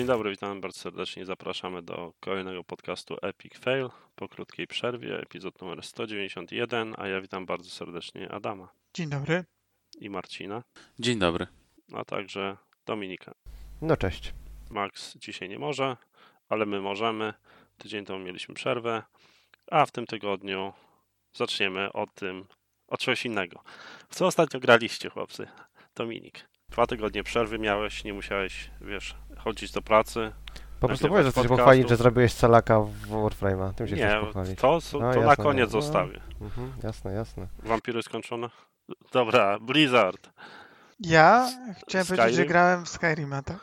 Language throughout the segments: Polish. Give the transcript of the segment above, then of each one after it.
dobry, witam bardzo serdecznie. Zapraszamy do kolejnego podcastu Epic Fail po krótkiej przerwie, epizod numer 191, a ja witam bardzo serdecznie Adama Dzień dobry. i Marcina, Dzień dobry. a także Dominika. No cześć. Max dzisiaj nie może, ale my możemy. Tydzień temu mieliśmy przerwę, a w tym tygodniu zaczniemy od czegoś innego. W co ostatnio graliście, chłopcy? Dominik. 2 tygodnie przerwy miałeś, nie musiałeś, chodzić do pracy. Po prostu nagrywać powiedz, że chcesz się podcastów. pochwalić, że zrobiłeś Salaka w Warframe'a. Tym się Nie, chcesz pochwalić. to No, na jasne, koniec no. zostawię. Jasne. Wampiry skończone? Dobra, Blizzard. Ja chciałem powiedzieć, że Skyrim? grałem w Skyrima, tak?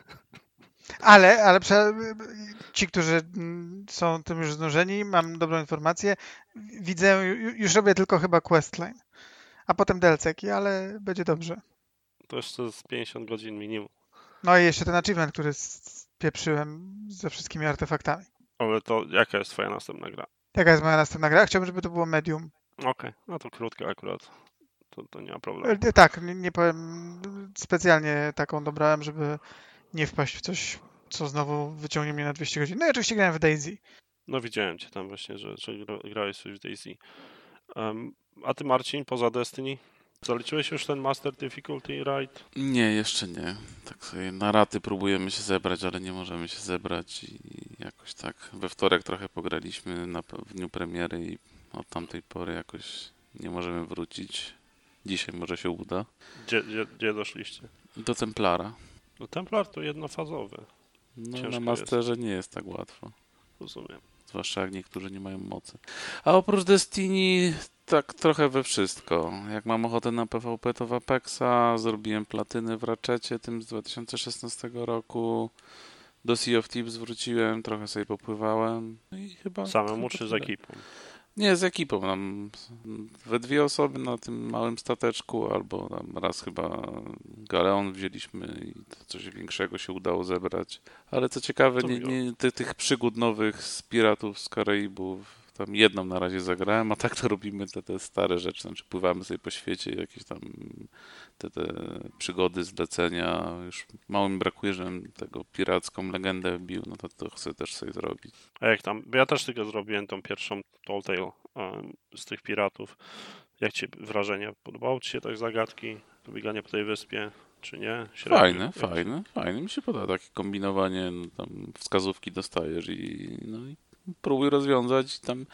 Ale ci, którzy są tym już znużeni, mam dobrą informację. Widzę, już robię tylko chyba questline, a potem DLC-ki, ale będzie dobrze. To jeszcze z 50 godzin minimum. No i jeszcze ten achievement, który spieprzyłem ze wszystkimi artefaktami. Ale to jaka jest twoja następna gra? Jaka jest moja następna gra? Chciałbym, żeby to było medium. Okej, no to krótka akurat. To nie ma problemu. Tak, nie powiem, specjalnie taką dobrałem, żeby nie wpaść w coś, co znowu wyciągnie mnie na 200 godzin. No i oczywiście grałem w DayZ. No widziałem cię tam właśnie, że grałeś coś w DayZ. A ty, Marcin, poza Destiny? Zaliczyłeś już ten Master Difficulty Right? Nie, jeszcze nie. Tak sobie na raty próbujemy się zebrać, ale nie możemy się zebrać i jakoś tak we wtorek trochę pograliśmy w dniu premiery i od tamtej pory jakoś nie możemy wrócić. Dzisiaj może się uda. Gdzie doszliście? Do Templara. No Templar to jednofazowy. No, Ciężko na Masterze nie jest tak łatwo. Rozumiem. Zwłaszcza jak niektórzy nie mają mocy. A oprócz Destiny tak trochę we wszystko. Jak mam ochotę na PvP, to w Apexa. Zrobiłem platyny w Ratchetie tym z 2016 roku. Do Sea of Thieves wróciłem, trochę sobie popływałem. No i chyba Samemu chyba czy z tyle. ekipą? Nie, z ekipą. Tam we 2 osoby na tym małym stateczku, albo tam raz chyba Galeon wzięliśmy i to coś większego się udało zebrać. Ale co ciekawe, To miło. tych przygód nowych z Piratów z Karaibów, tam jedną na razie zagrałem, a tak to robimy te stare rzeczy, znaczy pływamy sobie po świecie, jakieś tam te przygody, zlecenia. Już mało mi brakuje, żebym tego piracką legendę wbił, no to chcę też sobie zrobić. A jak tam? Bo ja też tylko zrobiłem tą pierwszą Tall Tale z tych piratów. Jak ci wrażenie? Podobało ci się tak zagadki? To bieganie po tej wyspie, czy nie? Średnio? Fajne. Mi się podoba takie kombinowanie, no, tam wskazówki dostajesz i próbuj rozwiązać i tam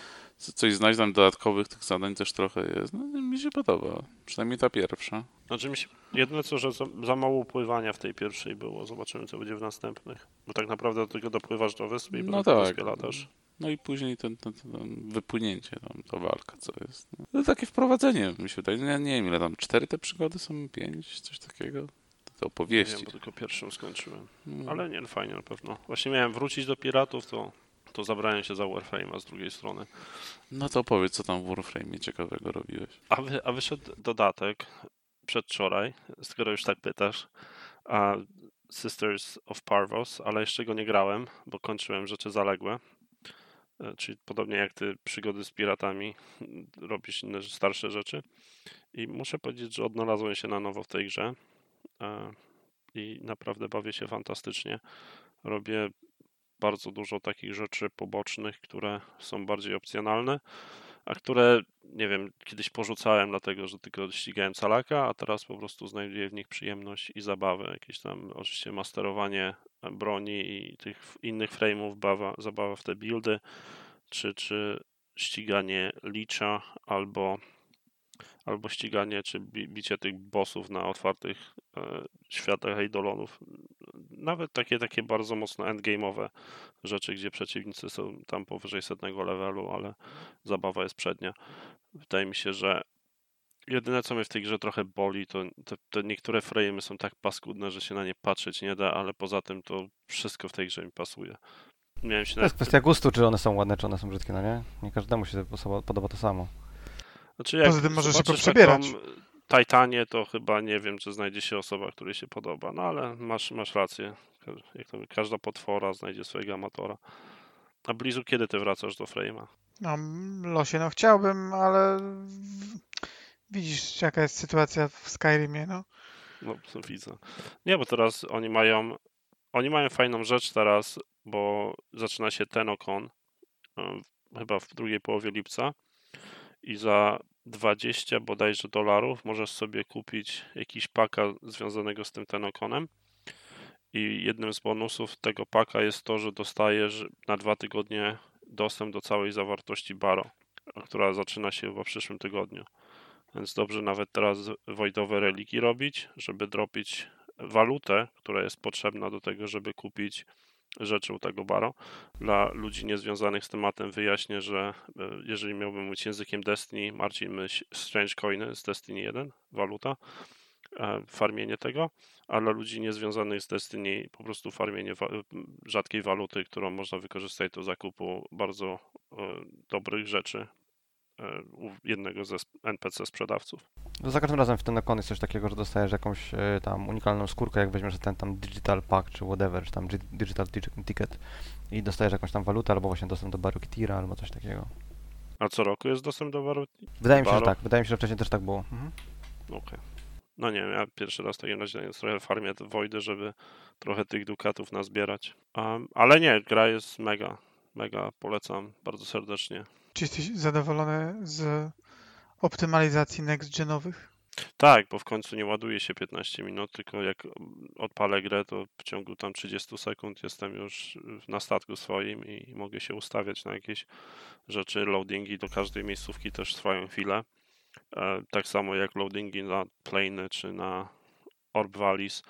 coś znaleźć, tam dodatkowych tych zadań też trochę jest. No, mi się podoba, przynajmniej ta pierwsza. Znaczy jedyne co, że za mało pływania w tej pierwszej było. Zobaczymy, co będzie w następnych. Bo tak naprawdę tylko dopływasz do wyspy i No potem tak. wyspie latasz. No i później ten wypłynięcie, tam ta walka, co jest. No, takie wprowadzenie, mi się wydaje. Ja nie wiem, ile tam, 4 te przygody są, 5, coś takiego. Te Nie opowieści. wiem, bo tylko pierwszą skończyłem. No. Ale nie, fajnie na pewno. Właśnie miałem wrócić do piratów, to zabrałem się za Warframe'a z drugiej strony. No to powiedz, co tam w Warframe'ie ciekawego robiłeś. A wyszedł dodatek przedwczoraj, skoro już tak pytasz, Sisters of Parvos, ale jeszcze go nie grałem, bo kończyłem rzeczy zaległe. Czyli podobnie jak ty, przygody z piratami, robisz inne starsze rzeczy. I muszę powiedzieć, że odnalazłem się na nowo w tej grze i naprawdę bawię się fantastycznie. Robię bardzo dużo takich rzeczy pobocznych, które są bardziej opcjonalne, a które, nie wiem, kiedyś porzucałem dlatego, że tylko ścigałem calaka, a teraz po prostu znajduję w nich przyjemność i zabawę. Jakieś tam oczywiście masterowanie broni i tych innych frame'ów, zabawa w te buildy, czy ściganie licza, albo ściganie, czy bicie tych bossów na otwartych światach eidolonów. Nawet takie bardzo mocno endgame'owe rzeczy, gdzie przeciwnicy są tam powyżej 100 levelu, ale zabawa jest przednia. Wydaje mi się, że jedyne, co mnie w tej grze trochę boli, to te niektóre frame'y są tak paskudne, że się na nie patrzeć nie da, ale poza tym to wszystko w tej grze mi pasuje. Miałem się To jest kwestia gustu, czy one są ładne, czy one są brzydkie, no nie? Nie każdemu się podoba to samo. Znaczy, jak Poza tym możesz się zobaczysz poprzebierać. taką Titanię, to chyba nie wiem, czy znajdzie się osoba, której się podoba. No ale masz rację. Jak to, każda potwora znajdzie swojego amatora. A Blizu, kiedy ty wracasz do Frame'a? No, losie, no chciałbym, ale widzisz, jaka jest sytuacja w Skyrimie, no. No, widzę. Nie, bo teraz oni mają oni mają fajną rzecz teraz, bo zaczyna się TennoCon, chyba w drugiej połowie lipca i za 20 bodajże dolarów możesz sobie kupić jakiś paka związanego z tym TennoConem i jednym z bonusów tego paka jest to, że dostajesz na 2 tygodnie dostęp do całej zawartości Baro, która zaczyna się chyba w przyszłym tygodniu. Więc dobrze nawet teraz voidowe reliki robić, żeby dropić walutę, która jest potrzebna do tego, żeby kupić rzeczy u tego Baro. Dla ludzi niezwiązanych z tematem wyjaśnię, że jeżeli miałbym mówić językiem Destiny, Marcin myśl Strange Coiny z Destiny 1, waluta, farmienie tego, a dla ludzi niezwiązanych z Destiny po prostu farmienie rzadkiej waluty, którą można wykorzystać do zakupu bardzo dobrych rzeczy u jednego ze NPC sprzedawców. To za każdym razem w TennoCon jest coś takiego, że dostajesz jakąś tam unikalną skórkę, jak weźmiesz ten tam digital pack, czy whatever, czy tam digital ticket i dostajesz jakąś tam walutę, albo właśnie dostęp do Baru Tira, albo coś takiego. A co roku jest dostęp do Baru? Wydaje mi się, że tak. Wydaje mi się, że wcześniej też tak było. Okej. No nie wiem, ja pierwszy raz w takim razie trochę farmię te Voidy, żeby trochę tych dukatów nazbierać. Ale nie, gra jest mega polecam bardzo serdecznie. Czy jesteś zadowolony z optymalizacji next-genowych? Tak, bo w końcu nie ładuje się 15 minut, tylko jak odpalę grę, to w ciągu tam 30 sekund jestem już na statku swoim i mogę się ustawiać na jakieś rzeczy. Loadingi do każdej miejscówki też trwają chwilę. Tak samo jak loadingi na Plainy czy na Orb Valleys.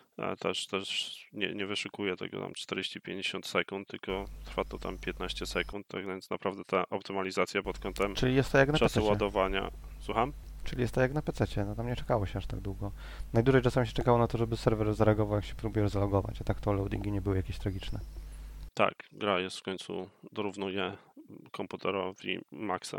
Też nie wyszukuję tego tam 40-50 sekund, tylko trwa to tam 15 sekund, tak więc naprawdę ta optymalizacja pod kątem Czyli jest to jak na czasu PC. ładowania. Słucham? Czyli jest to jak na PC, no tam nie czekało się aż tak długo. Najdłużej czasami się czekało na to, żeby serwer zareagował, jak się próbujesz zalogować, a tak to loadingi nie były jakieś tragiczne. Tak, gra jest w końcu dorównuje komputerowi Maxa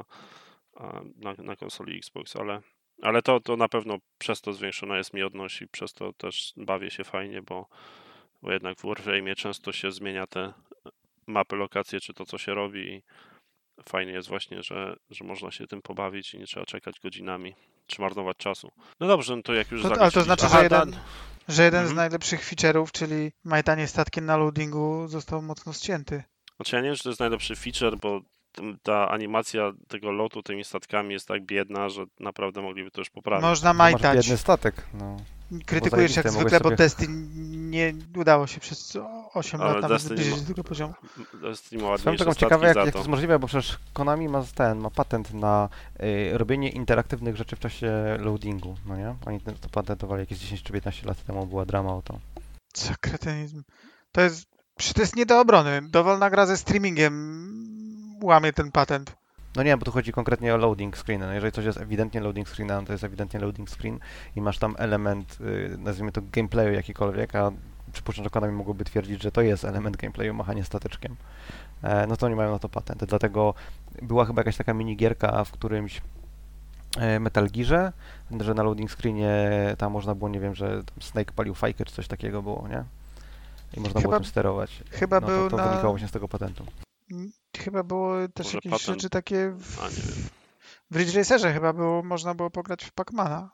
na konsoli Xbox, ale to na pewno przez to zwiększona jest miodność i przez to też bawię się fajnie, bo jednak w Warframe'ie często się zmienia te mapy, lokacje, czy to co się robi i fajnie jest właśnie, że można się tym pobawić i nie trzeba czekać godzinami, czy marnować czasu. No dobrze, no to jak już Ale to znaczy, że jeden z Mhm. najlepszych feature'ów, czyli majtanie statkiem na loadingu, został mocno ścięty. Znaczy ja nie wiem, czy to jest najlepszy feature, bo ta animacja tego lotu tymi statkami jest tak biedna, że naprawdę mogliby to już poprawić. Można Masz majtać. biedny statek, no. Krytykujesz jak zajebiste, zwykle, mogłeś bo sobie- Destiny nie udało się przez 8 Ale lat nawet Destiny zbliżyć ma- do tego poziomu. Destiny ma Swoją ładniejsze drogą statki ciekawe, jak za to to. jest możliwe, bo przecież Konami ma patent na robienie interaktywnych rzeczy w czasie loadingu, no nie? Oni to patentowali jakieś 10 czy 15 lat temu, była drama o to. Co kretynizm. To jest nie do obrony. Dowolna gra ze streamingiem łamie ten patent. No nie, bo tu chodzi konkretnie o loading screen. No jeżeli coś jest ewidentnie loading screen, no to jest ewidentnie loading screen i masz tam element, nazwijmy to gameplayu jakikolwiek, a przypuszczam, że Konami mogłoby twierdzić, że to jest element gameplayu, machanie stateczkiem. No to oni mają na to patent. Dlatego była chyba jakaś taka minigierka w którymś Metal Gearze, że na loading screenie tam można było, nie wiem, że tam Snake palił fajkę czy coś takiego było, nie? I można było Chyba- tym sterować. chyba no był to na- wynikało właśnie z tego patentu. Chyba było też Może jakieś patent? rzeczy takie A nie wiem. w Ridge Racerze chyba można było pograć w Pacmana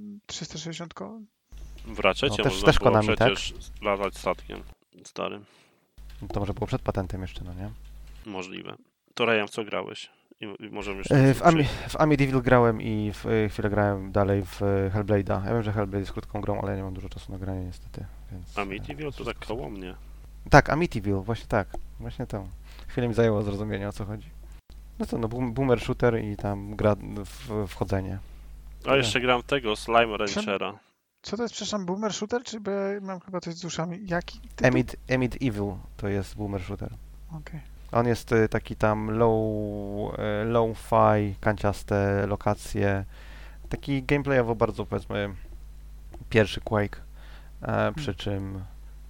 360. W Ratchetie No, też- można też było Konami, tak? przecież latać statkiem starym. No to może było przed patentem jeszcze, no nie? Możliwe. To Rejan, w co grałeś? I możemy już... W Amityville grałem i chwilę grałem dalej w Hellblade'a. Ja wiem, że Hellblade jest krótką grą, ale ja nie mam dużo czasu na granie niestety, więc... Amityville to tak koło mnie. Tak, Amityville, właśnie tak. Właśnie to. Chwilę mi zajęło zrozumienie, o co chodzi. No to, no boomer shooter i tam gra w wchodzenie. A jeszcze gram w tego, Slime Ranchera. Co to jest, przepraszam, boomer shooter? Czy bo ja mam chyba coś z uszami? Jaki tytuł? Amityville to jest boomer shooter. Okej. On jest taki tam low-fi, kanciaste lokacje. Taki gameplayowo bardzo, powiedzmy, pierwszy Quake, przy czym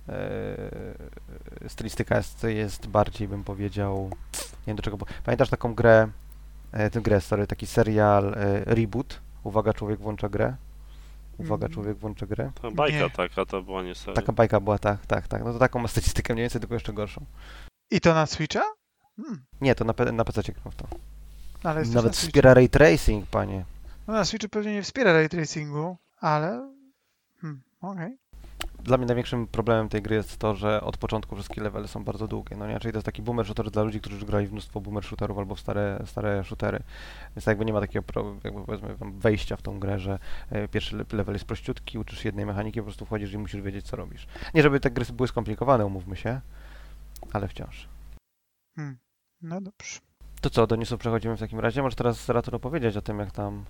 stylistyka jest bardziej, bym powiedział, nie wiem do czego, pamiętasz taką grę, taki serial Reboot? Uwaga, człowiek włącza grę. Uwaga, człowiek włącza grę. Ta bajka Nie. taka, to była nie seria. Taka bajka była, tak. No to taką ma stylistykę mniej więcej, tylko jeszcze gorszą. I to na Switcha? Nie, to na PC gram w to. Ale jest też Nawet na Switchu. wspiera ray tracing, panie. No na Switchu pewnie nie wspiera ray tracingu, ale... Okej. dla mnie największym problemem tej gry jest to, że od początku wszystkie levely są bardzo długie. No nie, czyli to jest taki boomer shooter dla ludzi, którzy już grali w mnóstwo boomer shooterów albo w stare shootery. Więc jakby nie ma takiego jakby powiedzmy wejścia w tą grę, że pierwszy level jest prościutki, uczysz jednej mechaniki, po prostu wchodzisz i musisz wiedzieć, co robisz. Nie, żeby te gry były skomplikowane, umówmy się, ale wciąż. No dobrze. To co, do newsów przechodzimy w takim razie? Może teraz Rator opowiedzieć o tym, jak tam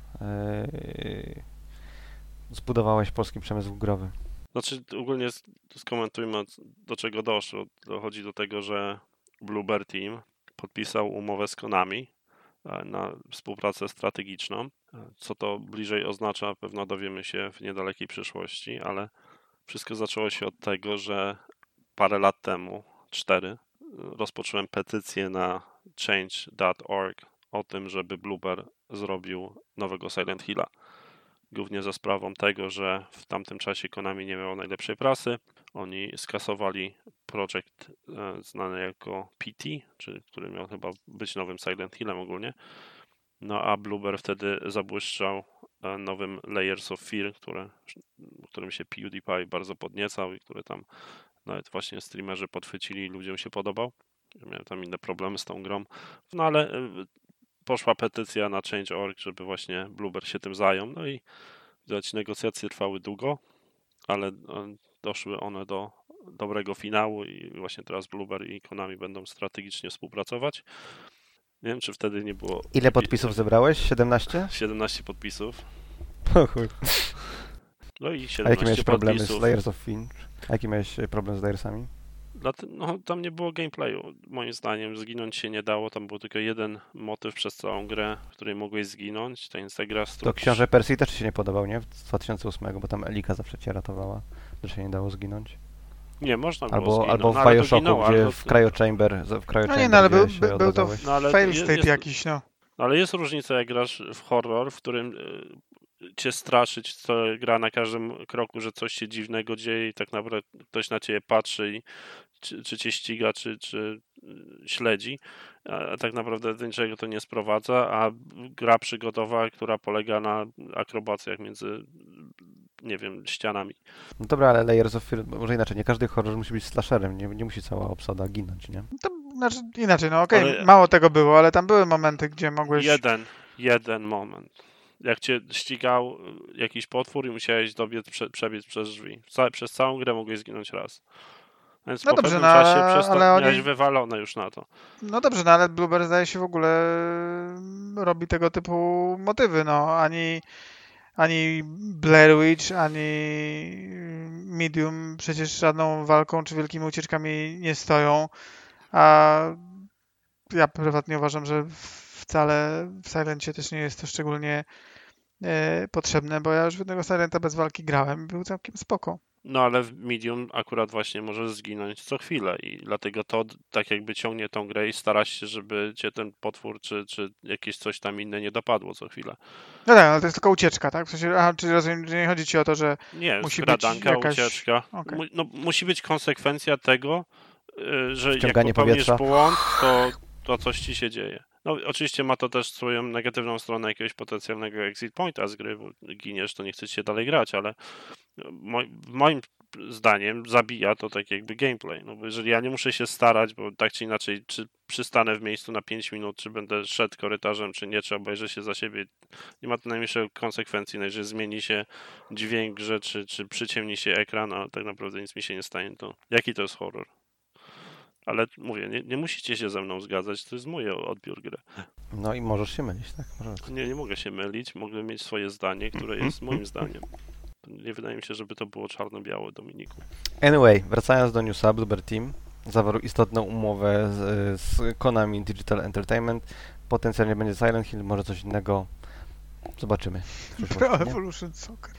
zbudowałeś polski przemysł growy. Znaczy, ogólnie skomentujmy, do czego doszło. Dochodzi do tego, że Bloober Team podpisał umowę z Konami na współpracę strategiczną. Co to bliżej oznacza, pewno dowiemy się w niedalekiej przyszłości, ale wszystko zaczęło się od tego, że parę lat temu, 4, rozpocząłem petycję na change.org o tym, żeby Bloober zrobił nowego Silent Hilla. Głównie za sprawą tego, że w tamtym czasie Konami nie miało najlepszej prasy. Oni skasowali projekt znany jako PT, który miał chyba być nowym Silent Hillem ogólnie. No a Bloober wtedy zabłyszczał nowym Layers of Fear, którym się PewDiePie bardzo podniecał i który tam nawet właśnie streamerzy podchwycili i ludziom się podobał. Miałem tam inne problemy z tą grą. No ale poszła petycja na Change.org, żeby właśnie Bloober się tym zajął. No i widać, negocjacje trwały długo, ale doszły one do dobrego finału i właśnie teraz Bloober i Konami będą strategicznie współpracować. Nie wiem, czy wtedy nie było... Ile podpisów zebrałeś? 17? 17 podpisów. O chuj. No i 17 A jakie miałeś problemy podpisów. z Layers of Finch? A jaki miałeś problem z Layersami? No, tam nie było gameplayu, moim zdaniem. Zginąć się nie dało, tam był tylko jeden motyw przez całą grę, w której mogłeś zginąć. Ta Instagra To Książę Persji też ci się nie podobał, nie? Z 2008, bo tam Elika zawsze cię ratowała, że się nie dało zginąć. Nie, można było zginąć. Albo w ale to Bioshocku, ginęło, gdzie ale w Cryo Chamber, No nie, no ale gdzie się był to odezwałeś. No, ale fail jest- state jest- jakiś, no. Ale jest różnica, jak grasz w horror, w którym cię straszyć, co gra na każdym kroku, że coś się dziwnego dzieje i tak naprawdę ktoś na ciebie patrzy i czy cię ściga, czy śledzi, a tak naprawdę do niczego to nie sprowadza, a gra przygodowa, która polega na akrobacjach między, nie wiem, ścianami. No dobra, ale Layers of Fear, może inaczej, nie każdy horror musi być slasherem, nie musi cała obsada ginąć, nie? To znaczy inaczej, no okej, Ale- mało tego było, ale tam były momenty, gdzie mogłeś... Jeden moment. Jak cię ścigał jakiś potwór i musiałeś przebiec przez drzwi. Przez całą grę mogłeś zginąć raz. Więc No po dobrze, pewnym no, czasie ale oni- miałeś wywalone już na to. No dobrze, no ale Bloober zdaje się w ogóle robi tego typu motywy, no. Ani Blair Witch, ani Medium przecież żadną walką czy wielkimi ucieczkami nie stoją, a ja prywatnie uważam, że wcale w Silencie też nie jest to szczególnie potrzebne, bo ja już w jednego Silenta bez walki grałem i był całkiem spoko. No ale w Medium akurat właśnie możesz zginąć co chwilę i dlatego to tak jakby ciągnie tą grę i starasz się, żeby cię ten potwór czy jakieś coś tam inne nie dopadło co chwilę. No tak, ale to jest tylko ucieczka, tak? W sensie, czyli rozumiem, że nie chodzi ci o to, że Nie, musi skradanka, być jakaś... ucieczka. Okej. No, musi być konsekwencja tego, że jak Wciąganie popełnisz powietrza. błąd, to coś ci się dzieje. No oczywiście ma to też swoją negatywną stronę jakiegoś potencjalnego exit pointa z gry, bo giniesz, to nie chcesz się dalej grać, ale moim zdaniem zabija to tak jakby gameplay. No bo jeżeli ja nie muszę się starać, bo tak czy inaczej, czy przystanę w miejscu na 5 minut, czy będę szedł korytarzem, czy nie, czy obejrzę się za siebie, nie ma to najmniejszej konsekwencji, no jeżeli zmieni się dźwięk grze, czy przyciemni się ekran, a tak naprawdę nic mi się nie stanie, to jaki to jest horror? Ale mówię, nie musicie się ze mną zgadzać, to jest mój odbiór gry. No i możesz się mylić, tak? Możesz. Nie mogę się mylić, mogę mieć swoje zdanie, które jest moim zdaniem. Nie wydaje mi się, żeby to było czarno-białe, Dominiku. Anyway, wracając do newsa, Bloober Team zawarł istotną umowę z Konami Digital Entertainment. Potencjalnie będzie Silent Hill, może coś innego. Zobaczymy. w przyszłości, Pro nie? Evolution Soccer.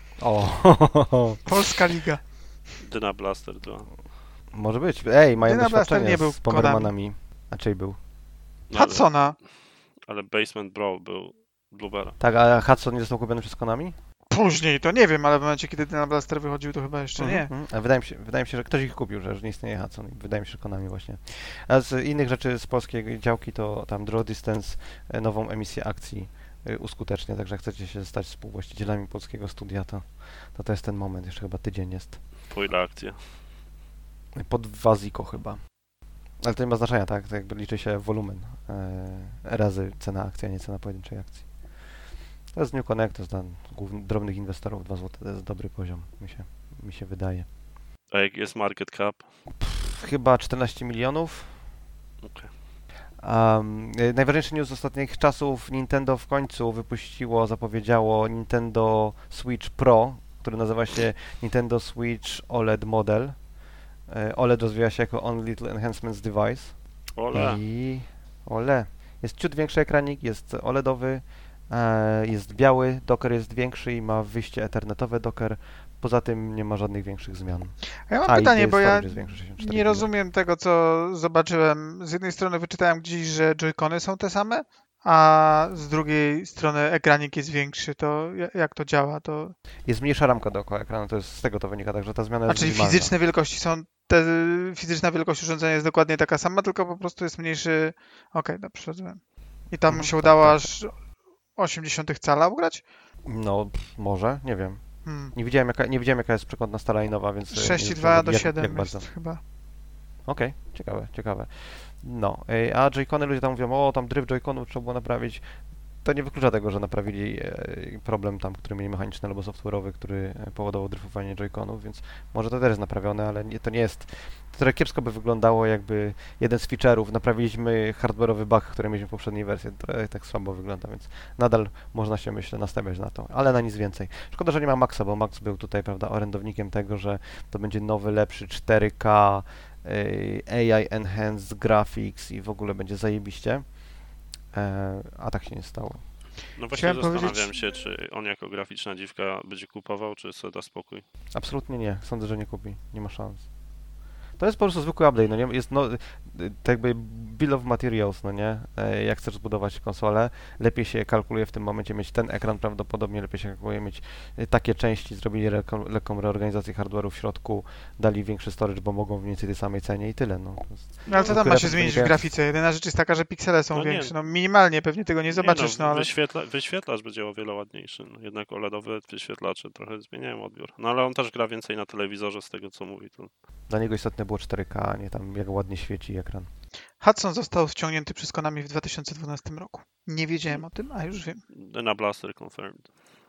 O, Polska Liga. Dyna Blaster 2. może być. Ej, mają Dyna Blaster doświadczenie nie był z Bombermanami. A czyj był? No, ale, Hudsona. ale Basement Brawl był Bluebera. Tak, a Hudson nie został kupiony przez Konami? Później to nie wiem, ale w momencie, kiedy Dyna Blaster wychodził, to chyba jeszcze nie. A wydaje mi się, że ktoś ich kupił, że nie istnieje Hudson. Wydaje mi się, że Konami właśnie. A z innych rzeczy z polskiej działki to tam Draw Distance nową emisję akcji uskutecznia, także jak chcecie się stać współwłaścicielami polskiego studia, to jest ten moment, jeszcze chyba tydzień jest. Po ile akcje? Po 2 ziko chyba. Ale to nie ma znaczenia, tak? To jakby liczy się wolumen razy cena akcji, a nie cena pojedynczej akcji. To jest New Connect, to jest dla drobnych inwestorów 2 zł, to jest dobry poziom, mi się wydaje. A jak jest market cap? Chyba 14 milionów. Okej. Najważniejszy news z ostatnich czasów, Nintendo w końcu zapowiedziało Nintendo Switch Pro, który nazywa się Nintendo Switch OLED Model. OLED rozwija się jako On Little Enhancements Device. Jest ciut większy ekranik, jest OLEDowy, jest biały, docker jest większy i ma wyjście ethernetowe docker. Poza tym nie ma żadnych większych zmian. A ja mam pytanie, bo ja jest większy, 64 nie giga. rozumiem tego, co zobaczyłem. Z jednej strony wyczytałem gdzieś, że Joy-Cony są te same, a z drugiej strony ekranik jest większy. To jak to działa? To... Jest mniejsza ramka dookoła ekranu, z tego to wynika, także ta zmiana A jest czyli minimalna. fizyczne wielkości są, fizyczna wielkość urządzenia jest dokładnie taka sama, tylko po prostu jest mniejszy... Okej, dobrze, rozumiem. I tam się udało aż 0,8 cala ugrać? No, może, nie wiem. Nie widziałem jaka jest przekątna stara i nowa, więc... 6,2 do 7 jak bardzo. jest chyba. Okej, ciekawe. No, a Joy-Cony ludzie tam mówią, tam dryf Joy-Conów trzeba było naprawić. To nie wyklucza tego, że naprawili problem tam, który mieli mechaniczny albo software'owy, który powodował dryfowanie Joy-Conów, więc może to też jest naprawione, ale to nie jest... To trochę kiepsko by wyglądało, jakby jeden z feature'ów, naprawiliśmy hardware'owy bug, który mieliśmy w poprzedniej wersji. To tak słabo wygląda, więc nadal można się, myślę, nastawiać na to, ale na nic więcej. Szkoda, że nie ma Maxa, bo Max był tutaj, prawda, orędownikiem tego, że to będzie nowy, lepszy 4K, AI Enhanced Graphics i w ogóle będzie zajebiście. A tak się nie stało. No właśnie Chciałem zastanawiam powiedzieć- się, czy on jako graficzna dziwka będzie kupował, czy sobie da spokój. Absolutnie nie. Sądzę, że nie kupi. Nie ma szans. To jest po prostu zwykły update, no nie? Jest tak jakby bill of materials, no nie? Jak chcesz zbudować konsolę, lepiej się kalkuluje w tym momencie mieć ten ekran, prawdopodobnie lepiej się kalkuluje mieć takie części, zrobili lekką reorganizację hardware'u w środku, dali większy storage, bo mogą w mniej więcej tej samej cenie i tyle, no. No ale co tam ma Akurat się zmienić w wynika- grafice? Jedyna rzecz jest taka, że piksele są No nie. większe. No minimalnie pewnie tego nie zobaczysz, no ale... Wyświetlacz będzie o wiele ładniejszy. No, jednak OLEDowe wyświetlacze trochę zmieniają odbiór. No ale on też gra więcej na telewizorze z tego, co mówi. To... Dla niego istotne było 4K, a nie tam jak ładnie świeci ekran. Hudson został ściągnięty przez Konami w 2012 roku. Nie wiedziałem o tym, a już wiem. Dyna Blaster confirmed.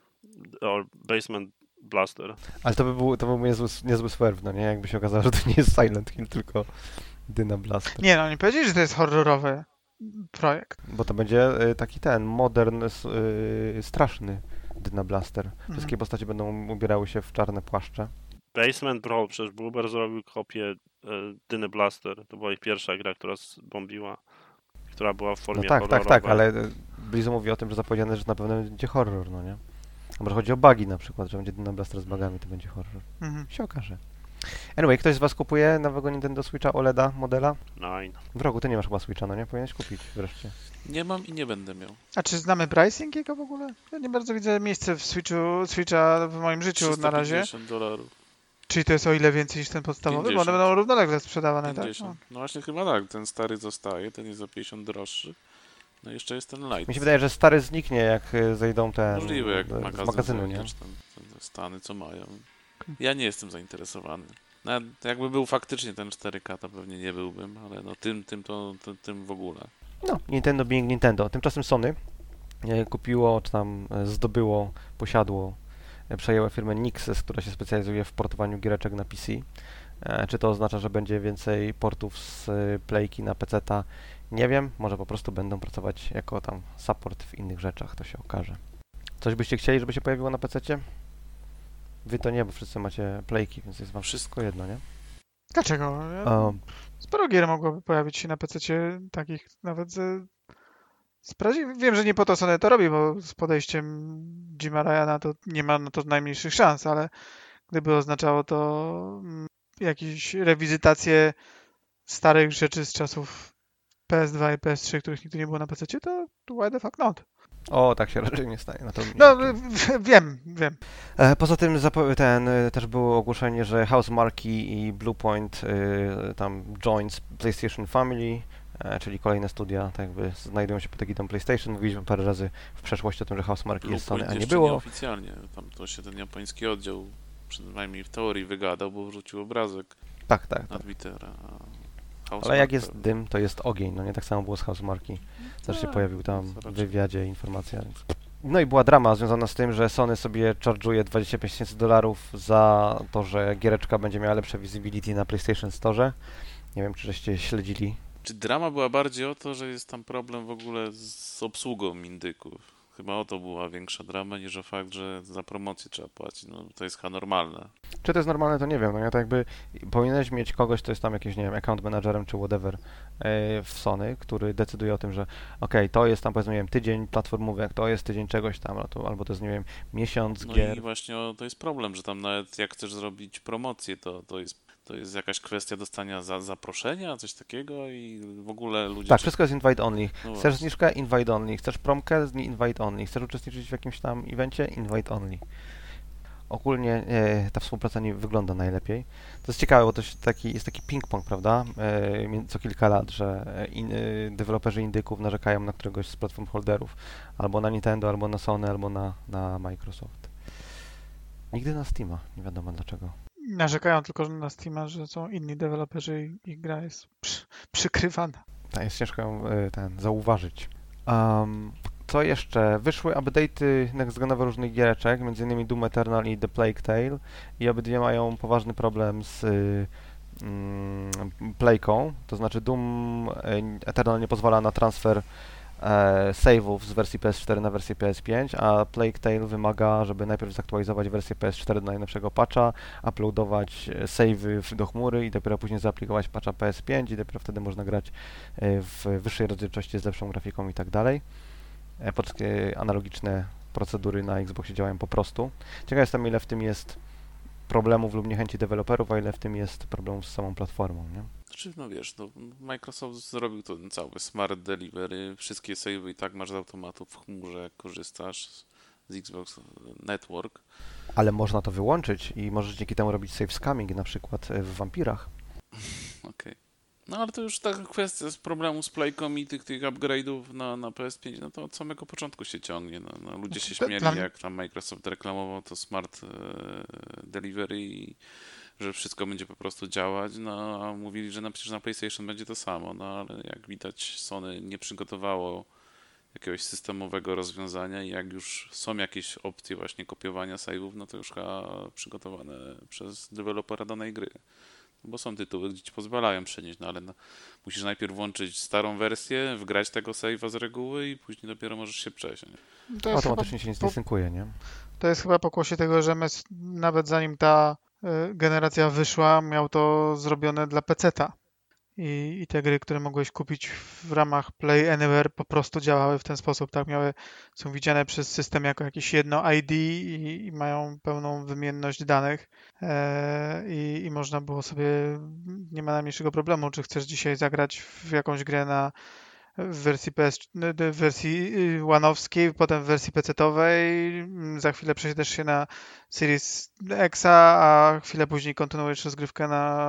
Or Basement Blaster. Ale to był niezły swerw, no nie? Jakby się okazało, że to nie jest Silent Hill, tylko Dyna Blaster. Nie no, nie powiedzieli, że to jest horrorowy projekt. Bo to będzie taki modern, straszny Dyna Blaster. Wszystkie postacie będą ubierały się w czarne płaszcze. Basement Brawl, przecież Bloober zrobił kopię Dyny Blaster. To była ich pierwsza gra, która zbombiła, która była w No formie tak, horrorowej. ale Blizzard mówi o tym, że zapowiedziane, że na pewno będzie horror, no nie? A może chodzi o bugi na przykład, że będzie Dyna Blaster z bugami, to będzie horror. Się okaże. Anyway, ktoś z was kupuje nowego Nintendo Switcha OLEDa modela? Nine. W rogu, ty nie masz chyba Switcha, no nie? Powinieneś kupić wreszcie. Nie mam i nie będę miał. A czy znamy pricing jego w ogóle? Ja nie bardzo widzę miejsce w Switcha w moim życiu na razie. $350. Czyli to jest o ile więcej niż ten podstawowy? Bo one 50. będą równolegle sprzedawane, 50. tak? No właśnie chyba tak, ten stary zostaje, ten jest za 50 droższy. No i jeszcze jest ten light. Mi się wydaje, że stary zniknie, jak zejdą te Możliwe, jak z magazynu, nie? jakieś tam te Stany, co mają. Ja nie jestem zainteresowany. Nawet jakby był faktycznie ten 4K, to pewnie nie byłbym, ale no tym w ogóle. No, Nintendo being Nintendo. Tymczasem Sony kupiło, czy tam zdobyło, posiadło, przejęła firmę Nixes, która się specjalizuje w portowaniu giereczek na PC. Czy to oznacza, że będzie więcej portów z Playki na PC-ta? Nie wiem, może po prostu będą pracować jako tam support w innych rzeczach, to się okaże. Coś byście chcieli, żeby się pojawiło na PC-cie? Wy to nie, bo wszyscy macie Playki, więc jest wam wszystko jedno, nie? Dlaczego? Sporo gier mogłoby pojawić się na PC-cie, takich nawet Wiem, że nie po to Sony to robi, bo z podejściem Jima Ryana to nie ma na to najmniejszych szans, ale gdyby oznaczało to jakieś rewizytacje starych rzeczy z czasów PS2 i PS3, których nigdy nie było na PC-cie, to why the fuck not? O, tak się raczej nie stanie. Na to No, wiem. Poza tym też było ogłoszenie, że Housemarque i Bluepoint tam joins PlayStation Family, czyli kolejne studia tak jakby znajdują się pod egidą PlayStation. Mówiliśmy parę razy w przeszłości o tym, że Housemarque jest Sony, a nie było. Nieoficjalnie, tam to się ten japoński oddział przynajmniej w teorii wygadał, bo wrzucił obrazek Tak, tak, na tak. Twittera. Ale jak jest dym, to jest ogień, no nie? Tak samo było z Housemarque. Też się Tak, pojawił tam to w raczej- wywiadzie informacja. No i była drama związana z tym, że Sony sobie charge'uje $25,000 za to, że giereczka będzie miała lepsze visibility na PlayStation Store. Nie wiem, czy żeście śledzili. Czy drama była bardziej o to, że jest tam problem w ogóle z obsługą indyków? Chyba o to była większa drama niż o fakt, że za promocję trzeba płacić. No to jest chyba normalne. Czy to jest normalne, to nie wiem. No ja to jakby powinieneś mieć kogoś, kto jest tam jakimś, nie wiem, account managerem czy whatever w Sony, który decyduje o tym, że okej, to jest tam powiedzmy, nie wiem, tydzień platformówek, to jest tydzień czegoś tam, albo to jest, nie wiem, miesiąc No gier. i właśnie to jest problem, że tam nawet jak chcesz zrobić promocję, to jest jakaś kwestia dostania zaproszenia, coś takiego i w ogóle ludzie... Tak, wszystko jest invite only. No Chcesz właśnie. zniżkę? Invite only. Chcesz promkę? Invite only. Chcesz uczestniczyć w jakimś tam evencie? Invite only. Ogólnie ta współpraca nie wygląda najlepiej. To jest ciekawe, bo to jest taki ping-pong, prawda? Co kilka lat, że deweloperzy indyków narzekają na któregoś z platform holderów. Albo na Nintendo, albo na Sony, albo na Microsoft. Nigdy na Steama. Nie wiadomo dlaczego. Narzekają tylko na Steama, że są inni deweloperzy i ich gra jest przykrywana. Tak, jest ciężko ją zauważyć. Co jeszcze? Wyszły update'y next-genowe różnych giereczek, m.in. Doom Eternal i The Plague Tale i obydwie mają poważny problem z playką, to znaczy Doom Eternal nie pozwala na transfer save'ów z wersji PS4 na wersję PS5, a Plague Tale wymaga, żeby najpierw zaktualizować wersję PS4 do najnowszego patcha, uploadować save'y do chmury i dopiero później zaaplikować patcha PS5 i dopiero wtedy można grać w wyższej rozdzielczości z lepszą grafiką i tak dalej. Analogiczne procedury na Xboxie działają po prostu. Ciekaw jestem, ile w tym jest problemów lub niechęci deweloperów, a ile w tym jest problemów z samą platformą, nie? Znaczy, no wiesz, no, Microsoft zrobił to ten cały Smart Delivery, wszystkie save'y i tak masz z automatu w chmurze, jak korzystasz z Xbox Network. Ale można to wyłączyć i możesz dzięki temu robić save scamming na przykład w Wampirach. Okej. No ale to już taka kwestia z problemu z playką i tych upgrade'ów na PS5, no to od samego początku się ciągnie. No, ludzie się Dla śmieli, mnie- jak tam Microsoft reklamował to Smart Delivery i że wszystko będzie po prostu działać, no a mówili, że przecież na PlayStation będzie to samo, no ale jak widać Sony nie przygotowało jakiegoś systemowego rozwiązania i jak już są jakieś opcje właśnie kopiowania save'ów, no to już chyba przygotowane przez dewelopera danej gry. Bo są tytuły, gdzie ci pozwalają przenieść, no ale musisz najpierw włączyć starą wersję, wgrać tego save'a z reguły i później dopiero możesz się przejść. Nie? To jest, chyba, Automatycznie się nie zdesynkuje, nie? to jest chyba pokłosie tego, że MS nawet zanim ta generacja wyszła, miał to zrobione dla PC-ta. I te gry, które mogłeś kupić w ramach Play Anywhere po prostu działały w ten sposób, tak? Są widziane przez system jako jakieś jedno ID i mają pełną wymienność danych i można było sobie, nie ma najmniejszego problemu, czy chcesz dzisiaj zagrać w jakąś grę w wersji w wersji One'owskiej, potem w wersji PC-towej, za chwilę przesiadasz się na Series X, a chwilę później kontynuujesz rozgrywkę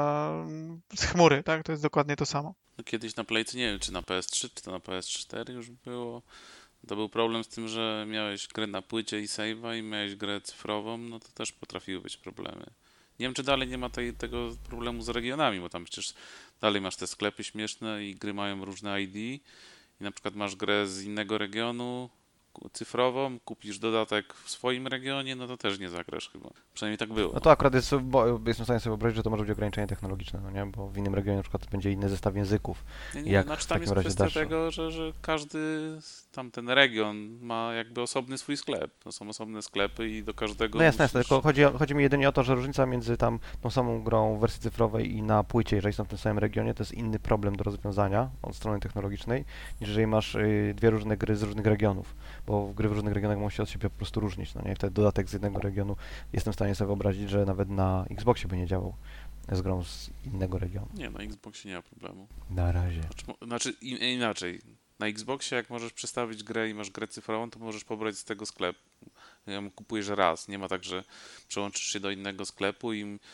z chmury, tak? To jest dokładnie to samo. No kiedyś na Playce, nie wiem czy na PS3, czy to na PS4 już było, to był problem z tym, że miałeś grę na płycie i save'a i miałeś grę cyfrową, no to też potrafiły być problemy. Nie wiem, czy dalej nie ma tego problemu z regionami, bo tam przecież dalej masz te sklepy śmieszne i gry mają różne ID i na przykład masz grę z innego regionu cyfrową, kupisz dodatek w swoim regionie, no to też nie zagrasz chyba. Przynajmniej tak było. No to akurat jestem w stanie sobie wyobrazić, że to może być ograniczenie technologiczne, no nie? Bo w innym regionie na przykład będzie inny zestaw języków. Nie, Jak znaczy w tam takim jest razie kwestia dasz- tego, że każdy tamten region ma jakby osobny swój sklep. To są osobne sklepy i do każdego No jasne, musisz... tylko chodzi mi jedynie o to, że różnica między tam tą samą grą w wersji cyfrowej i na płycie, jeżeli są w tym samym regionie, to jest inny problem do rozwiązania od strony technologicznej, niż jeżeli masz dwie różne gry z różnych regionów, bo gry w różnych regionach mogą się od siebie po prostu różnić, no nie? I wtedy dodatek z jednego regionu jestem w stanie sobie wyobrazić, że nawet na Xboxie by nie działał z grą z innego regionu. Nie, na Xboxie nie ma problemu. Na razie. Znaczy inaczej. Na Xboxie jak możesz przestawić grę i masz grę cyfrową, to możesz pobrać z tego sklepu. Kupujesz raz. Nie ma tak, że przełączysz się do innego sklepu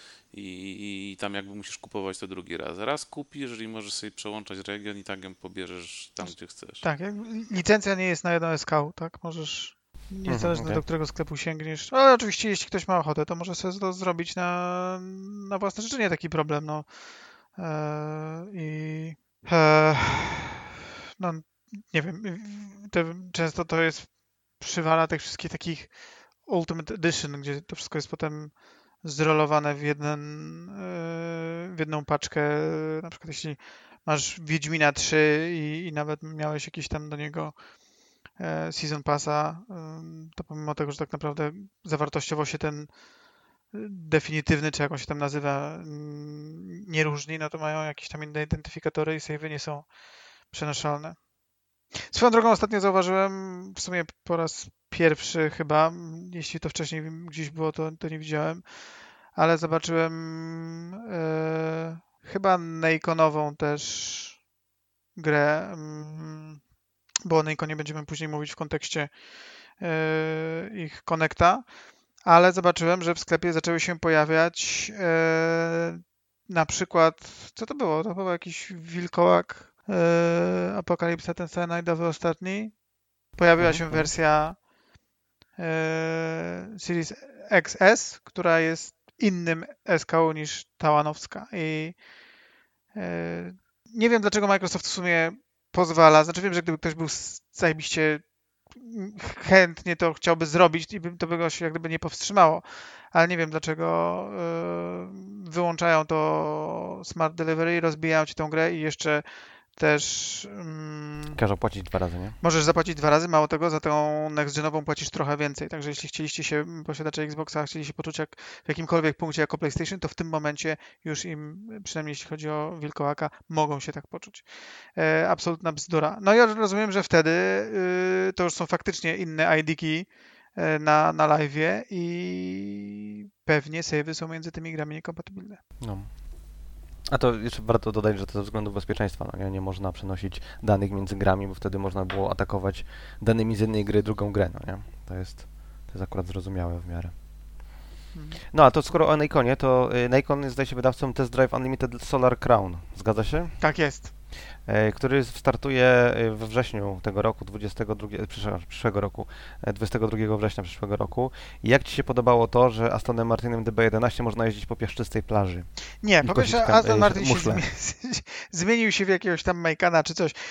i tam jakby musisz kupować to drugi raz. Raz kupisz, jeżeli możesz sobie przełączać region i tak ją pobierzesz tam, gdzie chcesz. Tak, licencja nie jest na jedno SKU, tak? Możesz niezależne okej. do którego sklepu sięgniesz. Ale oczywiście, jeśli ktoś ma ochotę, to może sobie to zrobić na własne życzenie, taki problem, no. I no, nie wiem, często to jest przywala tych wszystkich takich Ultimate Edition, gdzie to wszystko jest potem zrolowane w jedną paczkę. Na przykład jeśli masz Wiedźmina 3 i nawet miałeś jakiś tam do niego Season Passa, to pomimo tego, że tak naprawdę zawartościowo się ten definitywny, czy jak on się tam nazywa, nie różni, no to mają jakieś tam inne identyfikatory i save'y nie są przenoszalne. Swoją drogą ostatnio zauważyłem, w sumie po raz pierwszy chyba, jeśli to wcześniej gdzieś było, to nie widziałem, ale zobaczyłem chyba Naconową też grę, bo o Naconie będziemy później mówić w kontekście ich Connecta, ale zobaczyłem, że w sklepie zaczęły się pojawiać na przykład, co to było? To był jakiś wilkołak Apokalipsa, ten Cyanide ostatni. Pojawiła się wersja Series XS, która jest innym SKU niż Tałanowska i nie wiem, dlaczego Microsoft w sumie pozwala. Znaczy wiem, że gdyby ktoś był zajebiście chętnie to chciałby zrobić i to by go się jak gdyby nie powstrzymało, ale nie wiem, dlaczego wyłączają to Smart Delivery, rozbijają ci tą grę i jeszcze też Każą płacić 2 razy, nie? możesz zapłacić 2 razy, mało tego, za tą next-genową płacisz trochę więcej, także jeśli chcieliście się, posiadacze Xboxa, chcieli się poczuć jak w jakimkolwiek punkcie jako PlayStation, to w tym momencie już im, przynajmniej jeśli chodzi o wilkołaka, mogą się tak poczuć. Absolutna bzdura. No ja rozumiem, że wtedy to już są faktycznie inne ID-ki na live'ie i pewnie save'y są między tymi grami niekompatybilne. No. A to jeszcze warto dodać, że to ze względu bezpieczeństwa, no nie można przenosić danych między grami, bo wtedy można było atakować danymi z jednej gry drugą grę, no nie? To jest akurat zrozumiałe w miarę. No a to skoro o Naconie, to Nacon jest, zdaje się, wydawcą Test Drive Unlimited Solar Crown, zgadza się? Tak jest. Który startuje we wrześniu tego roku, przyszłego roku, 22 września przyszłego roku. I jak Ci się podobało to, że Astonem Martinem DB11 można jeździć po piaszczystej plaży? Nie, po pierwsze Aston Martin się muszle. zmienił się w jakiegoś tam Maykana czy coś.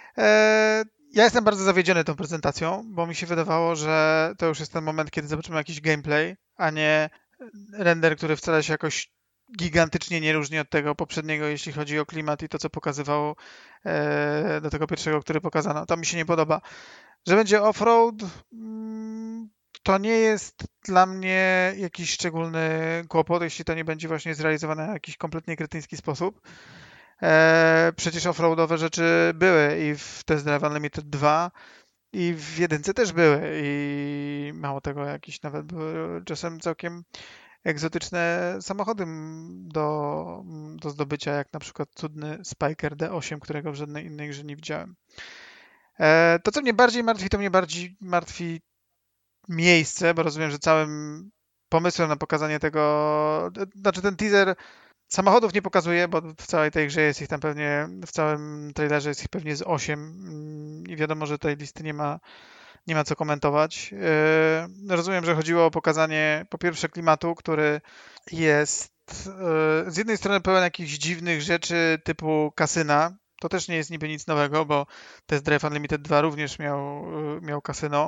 Ja jestem bardzo zawiedziony tą prezentacją, bo mi się wydawało, że to już jest ten moment, kiedy zobaczymy jakiś gameplay, a nie render, który wcale się jakoś gigantycznie nie różni od tego poprzedniego, jeśli chodzi o klimat i to, co pokazywało do tego pierwszego, który pokazano. To mi się nie podoba. Że będzie off-road, to nie jest dla mnie jakiś szczególny kłopot, jeśli to nie będzie właśnie zrealizowane w jakiś kompletnie kretyński sposób. Przecież offroadowe rzeczy były i w Test Drive Unlimited 2 i w jedynce też były i mało tego, jakieś nawet były czasem całkiem egzotyczne samochody do zdobycia, jak na przykład cudny Spyker D8, którego w żadnej innej grze nie widziałem. To, co mnie bardziej martwi, to mnie bardziej martwi miejsce, bo rozumiem, że całym pomysłem na pokazanie tego, znaczy ten teaser samochodów nie pokazuje, bo w całej tej grze jest ich tam pewnie, w całym trailerze jest ich pewnie z 8 i wiadomo, że tej listy nie ma co komentować. Rozumiem, że chodziło o pokazanie po pierwsze klimatu, który jest z jednej strony pełen jakichś dziwnych rzeczy typu kasyna. To też nie jest niby nic nowego, bo Test Drive Unlimited 2 również miał kasyno.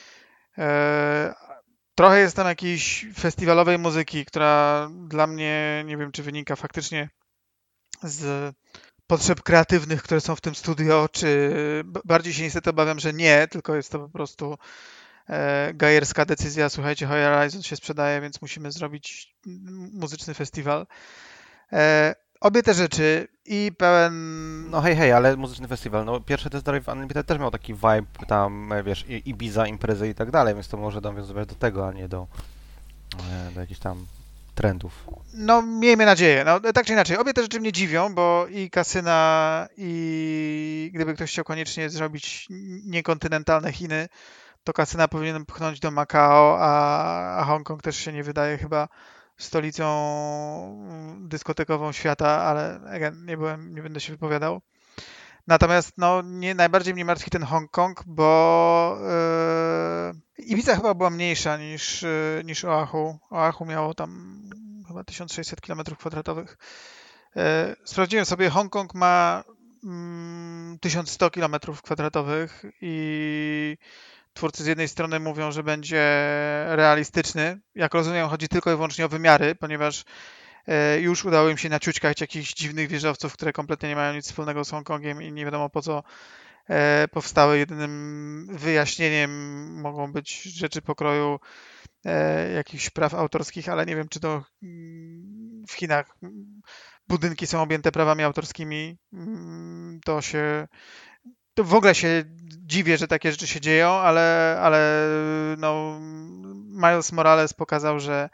Trochę jest tam jakiejś festiwalowej muzyki, która dla mnie, nie wiem, czy wynika faktycznie z potrzeb kreatywnych, które są w tym studio, czy bardziej się niestety obawiam, że nie, tylko jest to po prostu gajerska decyzja, słuchajcie, Horizon się sprzedaje, więc musimy zrobić muzyczny festiwal. Obie te rzeczy i pełen... No hej, ale muzyczny festiwal, no pierwszy Test Drive Unlimited też miał taki vibe tam, wiesz, Ibiza, imprezy i tak dalej, więc to może nawiązywać do tego, a nie do jakichś tam trendów. No miejmy nadzieję, no tak czy inaczej, obie te rzeczy mnie dziwią, bo i kasyna i gdyby ktoś chciał koniecznie zrobić niekontynentalne Chiny, to kasyna powinien pchnąć do Makao, a Hongkong też się nie wydaje chyba stolicą dyskotekową świata, ale again, nie będę się wypowiadał. Natomiast no, najbardziej mnie martwi ten Hongkong, bo Ibiza chyba była mniejsza niż Oahu. Oahu miało tam chyba 1600 km². Sprawdziłem sobie, Hongkong ma 1100 km² i twórcy z jednej strony mówią, że będzie realistyczny. Jak rozumiem, chodzi tylko i wyłącznie o wymiary, ponieważ już udało im się naciućkać jakichś dziwnych wieżowców, które kompletnie nie mają nic wspólnego z Hongkongiem i nie wiadomo po co powstały. Jedynym wyjaśnieniem mogą być rzeczy pokroju jakichś praw autorskich, ale nie wiem, czy to w Chinach budynki są objęte prawami autorskimi. To w ogóle się dziwię, że takie rzeczy się dzieją, ale no, Miles Morales pokazał, że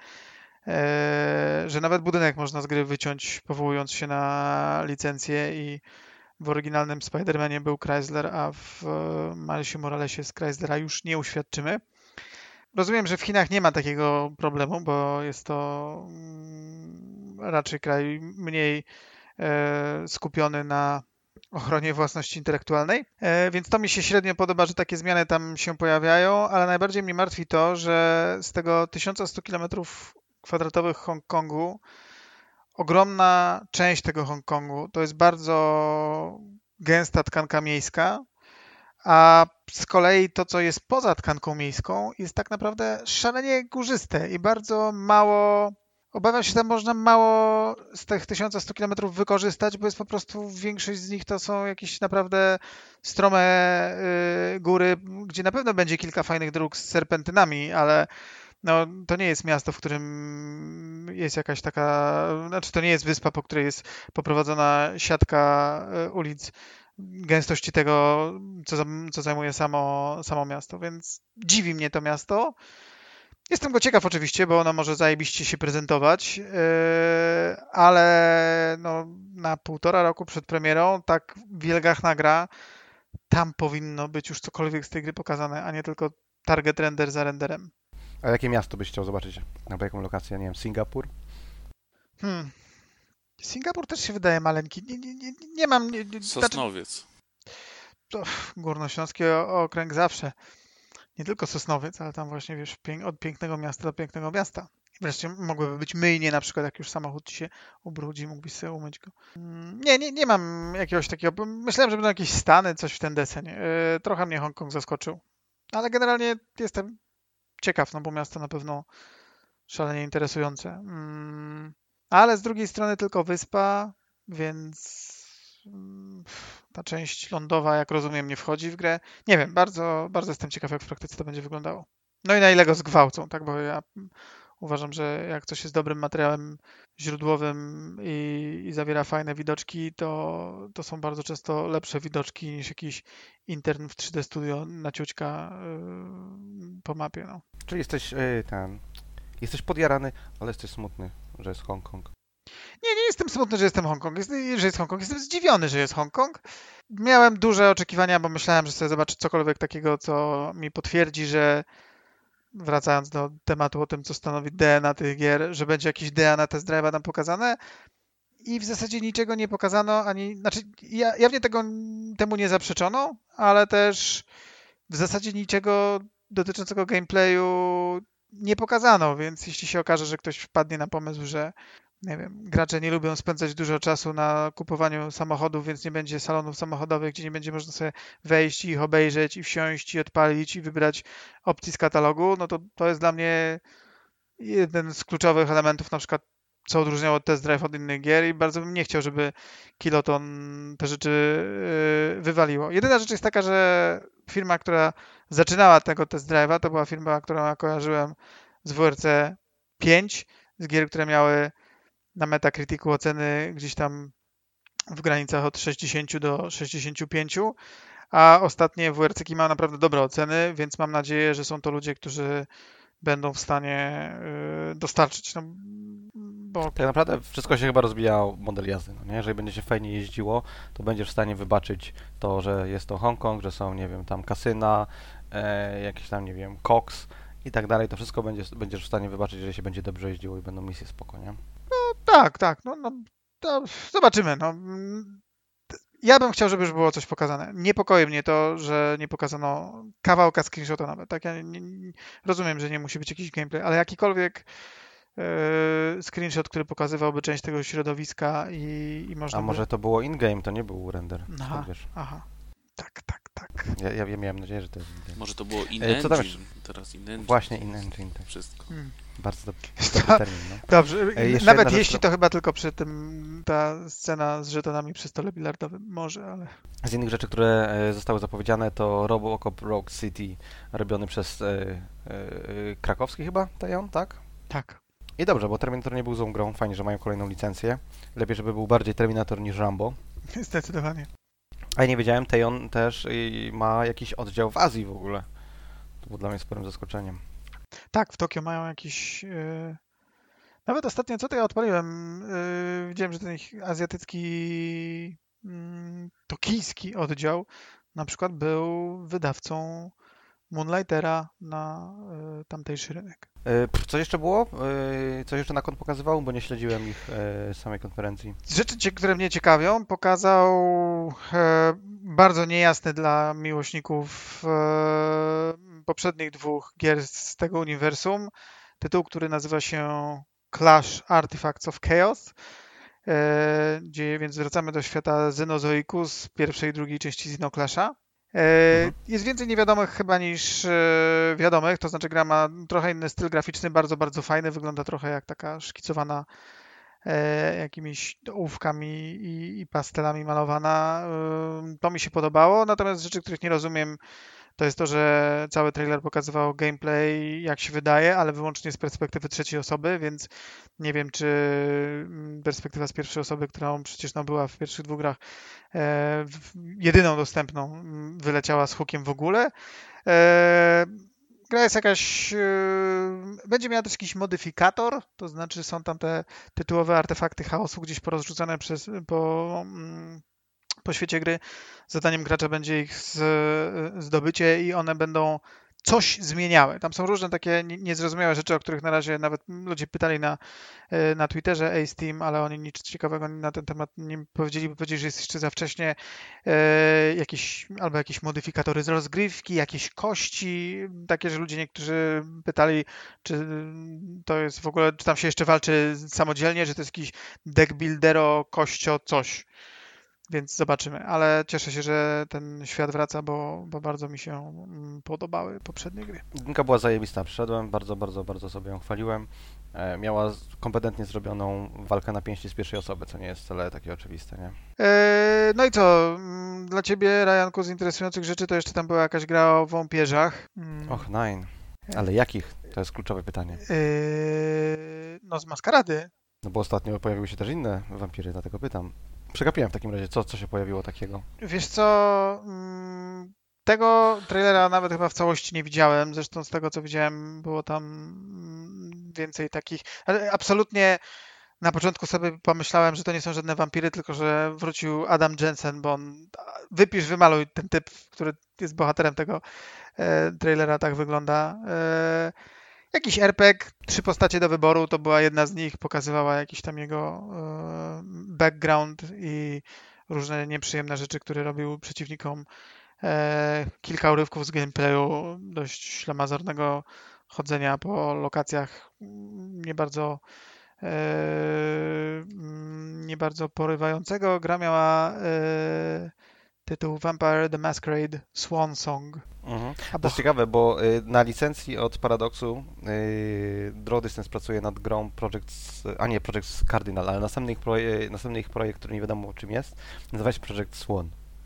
nawet budynek można z gry wyciąć, powołując się na licencję i w oryginalnym Spider-Manie był Chrysler, a w Milesie Moralesie z Chryslera już nie uświadczymy. Rozumiem, że w Chinach nie ma takiego problemu, bo jest to raczej kraj mniej skupiony na ochronie własności intelektualnej, więc to mi się średnio podoba, że takie zmiany tam się pojawiają, ale najbardziej mnie martwi to, że z tego 1100 km² Hongkongu ogromna część tego Hongkongu to jest bardzo gęsta tkanka miejska, a z kolei to, co jest poza tkanką miejską, jest tak naprawdę szalenie górzyste i bardzo mało. Obawiam się, że tam można mało z tych 1100 km wykorzystać, bo jest po prostu większość z nich to są jakieś naprawdę strome góry, gdzie na pewno będzie kilka fajnych dróg z serpentynami, ale no, to nie jest miasto, w którym jest jakaś taka, znaczy to nie jest wyspa, po której jest poprowadzona siatka ulic gęstości tego, co zajmuje samo miasto, więc dziwi mnie to miasto. Jestem go ciekaw oczywiście, bo ono może zajebiście się prezentować, ale no, na 1,5 roku przed premierą tak wielgachna gra, tam powinno być już cokolwiek z tej gry pokazane, a nie tylko target render za renderem. A jakie miasto byś chciał zobaczyć? Albo jaką lokację? Nie wiem, Singapur? Singapur też się wydaje maleńki. Nie mam... Sosnowiec. Górnośląski okręg zawsze. Nie tylko Sosnowiec, ale tam właśnie, wiesz, od pięknego miasta do pięknego miasta. Wreszcie mogłyby być myjnie, na przykład jak już samochód ci się ubrudzi, mógłbyś sobie umyć go. Nie mam jakiegoś takiego... Myślałem, że będą jakieś Stany, coś w ten deseń. Trochę mnie Hongkong zaskoczył. Ale generalnie jestem ciekaw, no bo miasto na pewno szalenie interesujące. Ale z drugiej strony tylko wyspa, więc ta część lądowa, jak rozumiem, nie wchodzi w grę. Nie wiem, bardzo, bardzo jestem ciekaw, jak w praktyce to będzie wyglądało. No i na ile go zgwałcą, tak? Bo ja uważam, że jak coś jest dobrym materiałem źródłowym i zawiera fajne widoczki, to są bardzo często lepsze widoczki niż jakiś intern w 3D Studio naciućka po mapie. No. Czyli jesteś podjarany, ale jesteś smutny, że jest Hongkong. Nie jestem smutny, że jestem Hongkong. Że jest Hongkong. Jestem zdziwiony, że jest Hongkong. Miałem duże oczekiwania, bo myślałem, że sobie zobaczę cokolwiek takiego, co mi potwierdzi, że wracając do tematu o tym, co stanowi DNA tych gier, że będzie jakiś DNA test drive'a tam pokazane i w zasadzie niczego nie pokazano, znaczy jawnie temu nie zaprzeczono, ale też w zasadzie niczego dotyczącego gameplayu nie pokazano, więc jeśli się okaże, że ktoś wpadnie na pomysł, że nie wiem, gracze nie lubią spędzać dużo czasu na kupowaniu samochodów, więc nie będzie salonów samochodowych, gdzie nie będzie można sobie wejść i ich obejrzeć i wsiąść i odpalić i wybrać opcji z katalogu, no to jest dla mnie jeden z kluczowych elementów, na przykład co odróżniało Test Drive od innych gier i bardzo bym nie chciał, żeby Kiloton te rzeczy wywaliło. Jedyna rzecz jest taka, że firma, która zaczynała tego Test Drive'a, to była firma, którą ja kojarzyłem z WRC 5, z gier, które miały na Metacriticu oceny gdzieś tam w granicach od 60 do 65, a ostatnie WRC-ki mają naprawdę dobre oceny, więc mam nadzieję, że są to ludzie, którzy będą w stanie dostarczyć. No, bo... Tak naprawdę wszystko się chyba rozbija o model jazdy. No nie? Jeżeli będzie się fajnie jeździło, to będziesz w stanie wybaczyć to, że jest to Hongkong, że są, nie wiem, tam kasyna, jakieś tam, nie wiem, koks i tak dalej. To wszystko będziesz w stanie wybaczyć, jeżeli się będzie dobrze jeździło i będą misje spoko, nie? Tak. No, to zobaczymy. No. Ja bym chciał, żeby już było coś pokazane. Niepokoi mnie to, że nie pokazano kawałka screenshota nawet. Tak? Ja rozumiem, że nie musi być jakiś gameplay, ale jakikolwiek screenshot, który pokazywałby część tego środowiska i można A może to było in-game, to nie był render. Aha, Skąd wiesz? aha. Tak. Ja miałem nadzieję, że to jest in-game. Może to było co tam in-engine, teraz in-engine. Właśnie in-engine, tak. Wszystko. Bardzo dobry termin, no. Dobrze, Jeszcze nawet jedna rzecz, jeśli to chyba tylko przy tym ta scena z żetonami przy stole bilardowym, może, ale... Z innych rzeczy, które zostały zapowiedziane, to Robocop Rogue City, robiony przez krakowski chyba, Tejon, tak? Tak. I dobrze, bo Terminator nie był złą grą, fajnie, że mają kolejną licencję. Lepiej, żeby był bardziej Terminator niż Rambo. Zdecydowanie. A ja nie wiedziałem, Tejon też ma jakiś oddział w Azji w ogóle. To było dla mnie sporym zaskoczeniem. Tak, w Tokio mają jakiś... Nawet ostatnio, co to ja odpaliłem? Widziałem, że ten ich azjatycki, tokijski oddział na przykład był wydawcą Moonlightera na tamtejszy rynek. Coś jeszcze było? Coś jeszcze Nakon pokazywał? Bo nie śledziłem ich samej konferencji. Z rzeczy, które mnie ciekawią, pokazał bardzo niejasny dla miłośników poprzednich dwóch gier z tego uniwersum tytuł, który nazywa się Clash Artifacts of Chaos, więc wracamy do świata Xenozoiku z pierwszej i drugiej części Xenoclasha. Jest więcej niewiadomych chyba niż wiadomych, to znaczy gra ma trochę inny styl graficzny, bardzo, bardzo fajny, wygląda trochę jak taka szkicowana jakimiś ołówkami i pastelami malowana. To mi się podobało, natomiast rzeczy, których nie rozumiem, to jest to, że cały trailer pokazywał gameplay, jak się wydaje, ale wyłącznie z perspektywy trzeciej osoby, więc nie wiem, czy perspektywa z pierwszej osoby, którą przecież była w pierwszych dwóch grach jedyną dostępną, wyleciała z hukiem w ogóle. Gra jest jakaś... Będzie miała też jakiś modyfikator, to znaczy są tam te tytułowe artefakty chaosu gdzieś porozrzucane po świecie gry. Zadaniem gracza będzie ich zdobycie i one będą coś zmieniały. Tam są różne takie niezrozumiałe rzeczy, o których na razie nawet ludzie pytali na Twitterze Ace Team, ale oni nic ciekawego na ten temat nie powiedzieli, że jest jeszcze za wcześnie. Jakieś modyfikatory z rozgrywki, jakieś kości, takie, że ludzie niektórzy pytali, czy to jest w ogóle, czy tam się jeszcze walczy samodzielnie, że to jest jakiś deck buildero, kościo, coś. Więc zobaczymy, ale cieszę się, że ten świat wraca, bo bardzo mi się podobały poprzednie gry. Ginka była zajebista, przyszedłem, bardzo sobie ją chwaliłem. Miała kompetentnie zrobioną walkę na pięści z pierwszej osoby, co nie jest wcale takie oczywiste, nie? No i co? Dla ciebie, Ryanku, z interesujących rzeczy to jeszcze tam była jakaś gra o wampierzach. Och, nein. Ale jakich? To jest kluczowe pytanie. No z Maskarady. No bo ostatnio pojawiły się też inne wampiry, dlatego pytam. Przegapiłem w takim razie, co się pojawiło takiego? Wiesz co, tego trailera nawet chyba w całości nie widziałem, zresztą z tego co widziałem było tam więcej takich, ale absolutnie na początku sobie pomyślałem, że to nie są żadne wampiry, tylko że wrócił Adam Jensen, bo on, wymaluj ten typ, który jest bohaterem tego trailera, tak wygląda. Jakiś RPG, 3 postacie do wyboru, to była jedna z nich, pokazywała jakiś tam jego background i różne nieprzyjemne rzeczy, które robił przeciwnikom. Kilka urywków z gameplayu, dość ślamazornego chodzenia po lokacjach, nie bardzo porywającego. Gra miała tytuł Vampire the Masquerade Swan Song. To jest ciekawe, bo na licencji od Paradoxu Draw Distance pracuje nad grą Project Cardinal, ale następny ich projekt, który nie wiadomo czym jest, nazywa się Project Swan.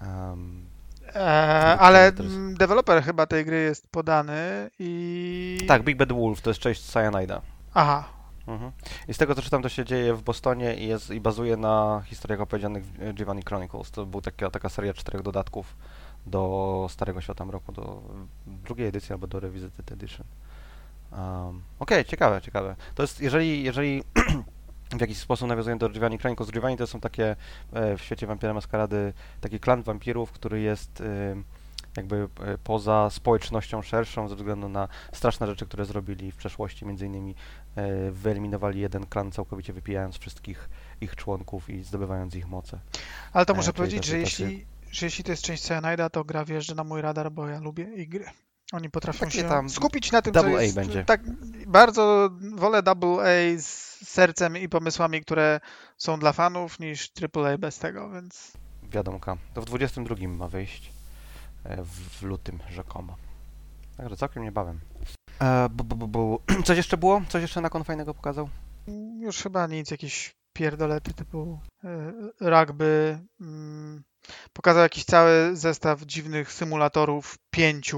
Ale deweloper chyba tej gry jest podany i... Tak, Big Bad Wolf, to jest część Cyanide'a. Aha. I z tego co czytam, to się dzieje w Bostonie i bazuje na historiach opowiedzianych w Giovanni Chronicles. To była taka seria 4 dodatków do Starego Świata Mroku, do drugiej edycji albo do Revisited Edition. Okej, ciekawe. To jest, jeżeli w jakiś sposób nawiązują do Giovanni Chronicles, Giovanni to są takie w świecie Vampira Maskarady taki klan wampirów, który jest jakby poza społecznością szerszą, ze względu na straszne rzeczy, które zrobili w przeszłości, między innymi wyeliminowali jeden klan całkowicie wypijając wszystkich ich członków i zdobywając ich moce. Ale to muszę czyli powiedzieć, tacy- że jeśli to jest część Cyanide'a, to gra wjeżdża na mój radar, bo ja lubię ich gry. Oni potrafią Takie się tam skupić na tym, co double A jest... będzie. Tak, bardzo wolę Double A z sercem i pomysłami, które są dla fanów, niż AAA bez tego, więc... Wiadomka. To w 22 ma wyjść. W lutym rzekomo. Także całkiem niebawem. Coś jeszcze było? Coś jeszcze Nakon fajnego pokazał? Już chyba nic, jakieś pierdolety typu rugby. Pokazał jakiś cały zestaw dziwnych symulatorów 5.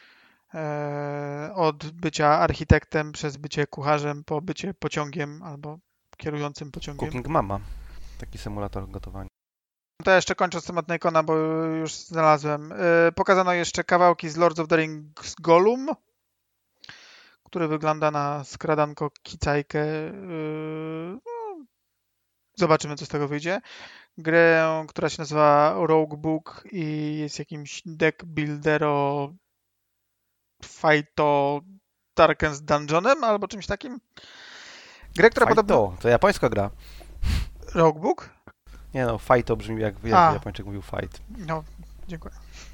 Od bycia architektem przez bycie kucharzem po bycie pociągiem albo kierującym pociągiem. Cooking Mama. Taki symulator gotowania. To jeszcze kończąc temat Nakona, bo już znalazłem. Pokazano jeszcze kawałki z Lords of the Rings Gollum, który wygląda na skradanko kicajkę. Zobaczymy, co z tego wyjdzie. Grę, która się nazywa Rogue Book i jest jakimś deck buildero Fighto Darkens Dungeonem albo czymś takim. Grę, która podobno... To japońska gra. Rogue Book? Nie no, Fighto brzmi jak Japończyk mówił fight. No, dziękuję.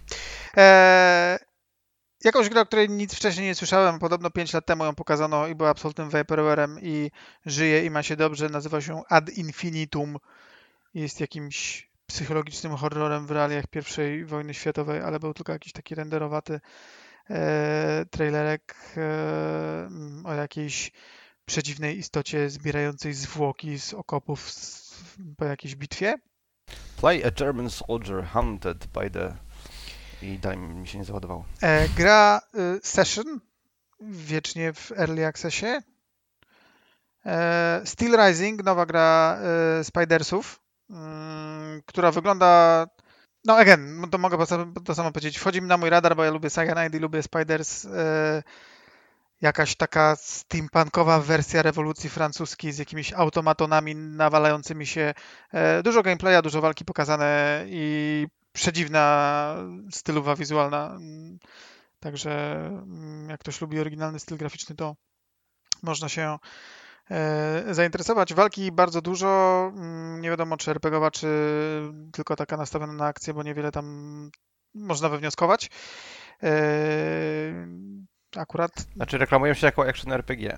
Jakąś grę, o której nic wcześniej nie słyszałem, podobno 5 lat temu ją pokazano i była absolutnym vaporware'em i żyje i ma się dobrze. Nazywa się Ad Infinitum. Jest jakimś psychologicznym horrorem w realiach I wojny światowej, ale był tylko jakiś taki renderowaty trailerek o jakiejś przedziwnej istocie zbierającej zwłoki z okopów po jakiejś bitwie. Play a German soldier hunted by the... I dalej mi się nie załadowało. Gra Session, wiecznie w Early Accessie. Steel Rising, nowa gra Spidersów, która wygląda... No again, to mogę to samo powiedzieć. Wchodzi mi na mój radar, bo ja lubię Cyanide i lubię Spiders. Jakaś taka steampunkowa wersja rewolucji francuskiej z jakimiś automatonami nawalającymi się. Dużo gameplaya, dużo walki pokazane i przedziwna stylowa wizualna. Także jak ktoś lubi oryginalny styl graficzny, to można się zainteresować. Walki bardzo dużo. Nie wiadomo, czy RPGowa, czy tylko taka nastawiona na akcję, bo niewiele tam można wywnioskować. Akurat. Znaczy reklamują się jako action RPG.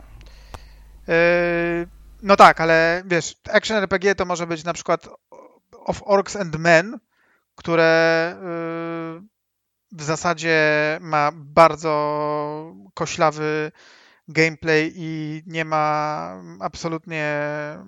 No tak, ale wiesz, action RPG to może być na przykład Of Orcs and Men, które w zasadzie ma bardzo koślawy gameplay i nie ma absolutnie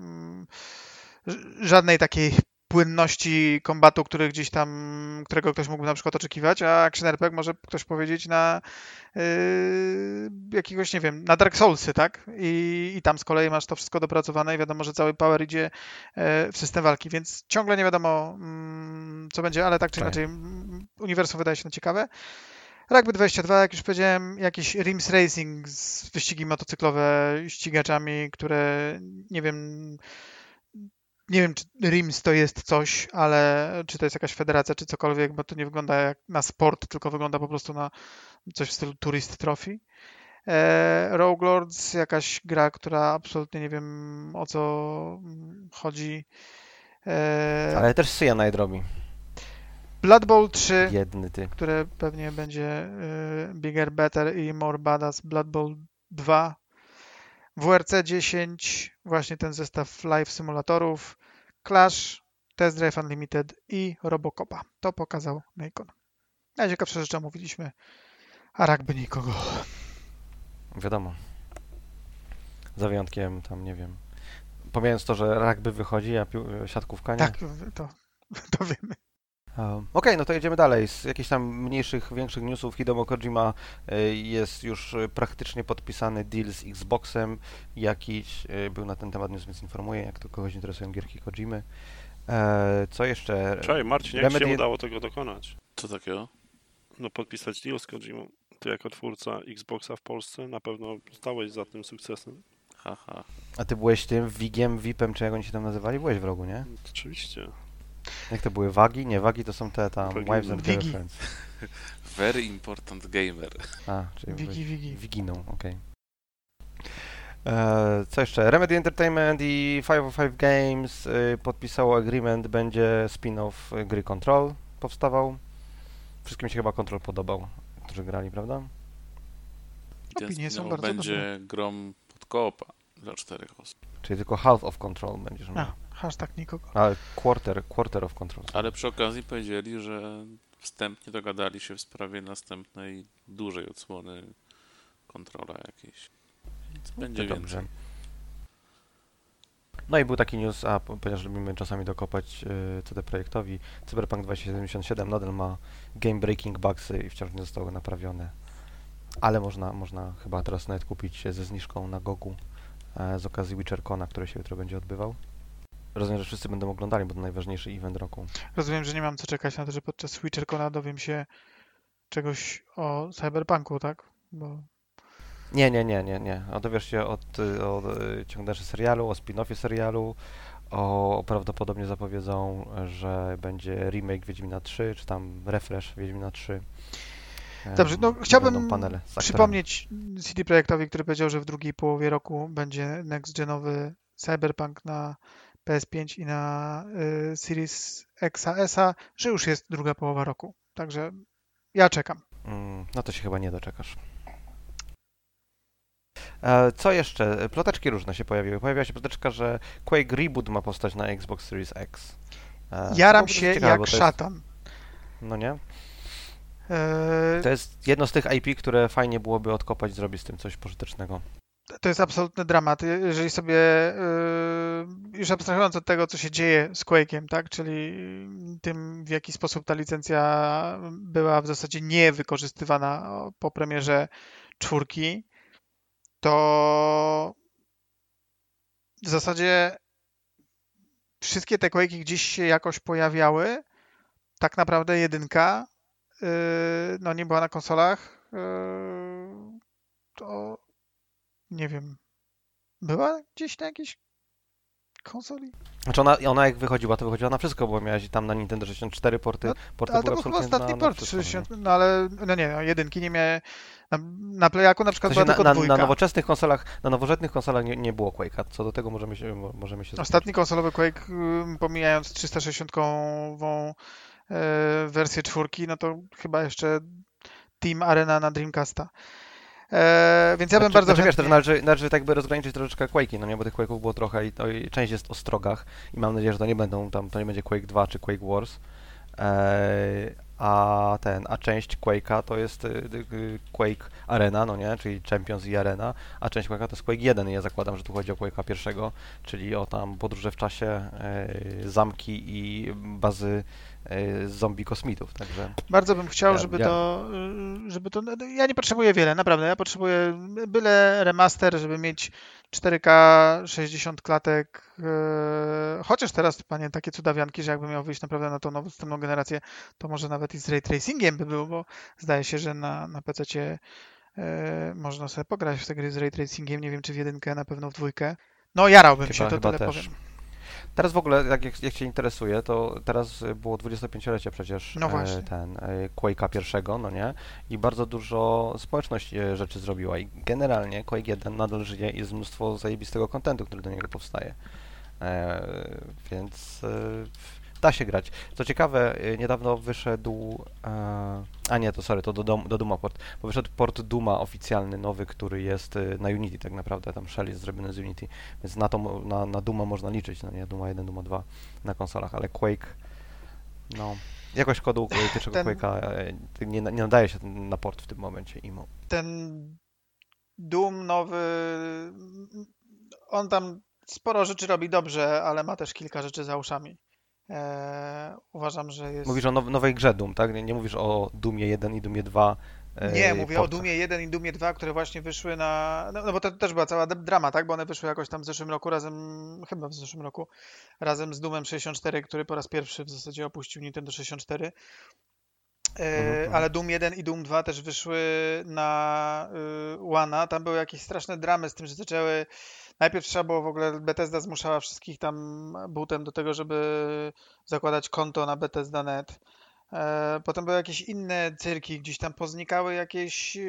żadnej takiej płynności kombatu, którego ktoś mógłby na przykład oczekiwać, a Action RPG może ktoś powiedzieć na jakiegoś, nie wiem, na Dark Soulsy, tak? I tam z kolei masz to wszystko dopracowane i wiadomo, że cały power idzie w system walki, więc ciągle nie wiadomo, co będzie, ale tak czy inaczej uniwersum wydaje się na ciekawe. Rugby 22, jak już powiedziałem, jakiś Rims Racing z wyścigi motocyklowe ścigaczami, które nie wiem, czy Rims to jest coś, ale czy to jest jakaś federacja, czy cokolwiek, bo to nie wygląda jak na sport, tylko wygląda po prostu na coś w stylu Tourist Trophy. Rogue Lords, jakaś gra, która absolutnie nie wiem, o co chodzi. Ale też Cyanide robi. Blood Bowl 3, Biedny ty. które pewnie będzie Bigger, Better i More Badass. Blood Bowl 2. WRC 10, właśnie ten zestaw live symulatorów. Clash, Test Drive Unlimited i Robocopa. To pokazał Nakon. Najciekawsze rzeczy omówiliśmy, a rugby nikogo. Wiadomo. Za wyjątkiem tam, nie wiem. Pomijając to, że rugby wychodzi, a siatkówka nie. Tak, to wiemy. Okej, no to jedziemy dalej. Z jakichś tam mniejszych, większych newsów Hideo Kojima jest już praktycznie podpisany deal z Xboxem. Jakiś był na ten temat news, więc informuję, jak to kogoś interesują gierki Kojimy. Co jeszcze? Czekaj, Marcin, jak się udało tego dokonać? Co takiego? No podpisać deal z Kojimą. Ty jako twórca Xboxa w Polsce na pewno stałeś za tym sukcesem. Haha. A ty byłeś tym VIP-em, czy jak oni się tam nazywali? Byłeś w rogu, nie? Oczywiście. Jak to były wagi? Nie, wagi to są te tam Wagi- wives and Wigi. girlfriends. Very important gamer. A, czyli Wigi. Wiginą, okej. Co jeszcze? Remedy Entertainment i 505 Games podpisało agreement, będzie spin-off gry Control powstawał. Wszystkim się chyba Control podobał, którzy grali, prawda? I ten Opinie są spin-off bardzo będzie grą pod koopa dla 4 osób. Czyli tylko half of Control będziesz miał. Hashtag nikogo. Ale quarter of Control. Ale przy okazji powiedzieli, że wstępnie dogadali się w sprawie następnej dużej odsłony kontrola jakiejś. Więc będzie To dobrze. więcej. No i był taki news, ponieważ lubimy czasami dokopać CD Projektowi, Cyberpunk 2077 nadal ma game-breaking bugsy i wciąż nie zostały naprawione. Ale można chyba teraz nawet kupić ze zniżką na Gogu z okazji WitcherCona, który się jutro będzie odbywał. Rozumiem, że wszyscy będą oglądali, bo to najważniejszy event roku. Rozumiem, że nie mam co czekać na to, że podczas WitcherCona dowiem się czegoś o Cyberpunku, tak? Bo Nie. Dowiesz się o ciągnięciu serialu, o spin-offie serialu, prawdopodobnie zapowiedzą, że będzie remake Wiedźmina 3, czy tam refresh Wiedźmina 3. Dobrze, no Będą chciałbym panele z aktorami. przypomnieć CD Projektowi, który powiedział, że w drugiej połowie roku będzie next-genowy Cyberpunk na PS5 i na Series X-a, że już jest druga połowa roku. Także ja czekam. No to się chyba nie doczekasz. Co jeszcze? Ploteczki różne się pojawiły. Pojawiła się ploteczka, że Quake Reboot ma powstać na Xbox Series X. Jaram to się ciekawe, bo jak to jest- szatan. No nie? E, To jest jedno z tych IP, które fajnie byłoby odkopać, zrobić z tym coś pożytecznego. To jest absolutny dramat. Jeżeli sobie, już abstrahując od tego, co się dzieje z Quake'iem, tak, czyli tym, w jaki sposób ta licencja była w zasadzie niewykorzystywana po premierze 4, to w zasadzie wszystkie te Quake'i gdzieś się jakoś pojawiały. Tak naprawdę 1 no nie była na konsolach. To nie wiem. Była gdzieś na jakiejś konsoli? Znaczy ona jak wychodziła, to wychodziła na wszystko, bo miałaś tam na Nintendo 64 porty, porty Ale to były był chyba absolutnie ostatni na port wszystko, no nie? 60, no ale no nie, no 1 nie miałem. Na Playaku na W przykład sensie była tylko 2. na nowoczesnych konsolach nie było Quake'a. Co do tego możemy się Ostatni konsolowy Quake, pomijając 360-ową wersję 4, no to chyba jeszcze Team Arena na Dreamcasta. Więc ja bym bardzo wiesz, chętnie... też należy tak by rozgraniczyć troszeczkę Quake'i, no nie, bo tych Quake'ów było trochę i część jest o strogach i mam nadzieję, że to nie będzie Quake 2 czy Quake Wars, a część Quake'a to jest Quake Arena, no nie, czyli Champions i Arena, a część Quake'a to jest Quake 1 i ja zakładam, że tu chodzi o Quake'a pierwszego, czyli o tam podróże w czasie, zamki i bazy zombie kosmitów, także... Bardzo bym chciał, Ja- żeby ja- to... Ja nie potrzebuję wiele, naprawdę. Ja potrzebuję byle remaster, żeby mieć 4K, 60 klatek. Chociaż teraz, panie, takie cudawianki, że jakby miał wyjść naprawdę na tą następną generację, to może nawet i z ray tracingiem by było, bo zdaje się, że na PC-cie można sobie pograć w te gry z ray tracingiem. Nie wiem, czy w 1, na pewno w 2. No, jarałbym się, to Chyba tyle też. powiem. Teraz w ogóle, jak Cię interesuje, to teraz było 25-lecie przecież No właśnie. Quake'a pierwszego, no nie? I bardzo dużo społeczność rzeczy zrobiła i generalnie Quake 1 nadal żyje i jest mnóstwo zajebistego kontentu, który do niego powstaje. Więc da się grać. Co ciekawe, niedawno wyszedł... to do Duma port. Bo wyszedł port Duma oficjalny, nowy, który jest na Unity tak naprawdę. Tam shell jest zrobiony z Unity, więc na Duma można liczyć, no nie? Duma 1, Duma 2 na konsolach, ale Quake, no... Jakoś kodu pierwszego Quake'a nie nadaje się na port w tym momencie, IMO. Ten Doom nowy, on tam sporo rzeczy robi dobrze, ale ma też kilka rzeczy za uszami. Uważam, że jest... Mówisz o nowej grze Doom, tak? Nie mówisz o Doomie 1 i Doomie 2. Nie, mówię o portach. Doomie 1 i Doomie 2, które właśnie wyszły na... No bo to też była cała drama, tak? Bo one wyszły jakoś tam w zeszłym roku chyba w zeszłym roku, razem z Doomem 64, który po raz pierwszy w zasadzie opuścił Nintendo 64. Ale Doom 1 i Doom 2 też wyszły na One'a. Tam były jakieś straszne dramy z tym, że zaczęły... Najpierw trzeba było w ogóle... Bethesda zmuszała wszystkich tam butem do tego, żeby zakładać konto na Bethesda.net. Potem były jakieś inne cyrki, gdzieś tam poznikały jakieś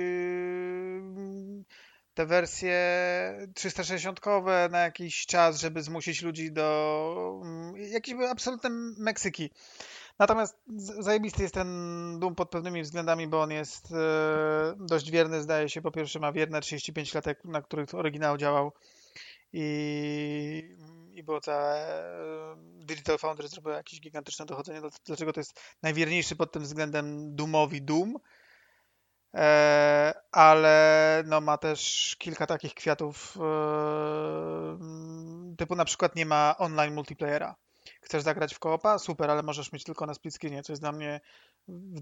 te wersje 360-kowe na jakiś czas, żeby zmusić ludzi do... Jakieś były absolutne Meksyki. Natomiast zajebisty jest ten Doom pod pewnymi względami, bo on jest dość wierny, zdaje się. Po pierwsze ma wierne 35 latek, na których oryginał działał i było całe... Digital Foundry zrobiło jakieś gigantyczne dochodzenie, dlaczego to jest najwierniejszy pod tym względem Doomowi Doom. Ale no ma też kilka takich kwiatów, typu na przykład nie ma online multiplayera. Chcesz zagrać w koopa? Super, ale możesz mieć tylko na split screenie, co jest dla mnie w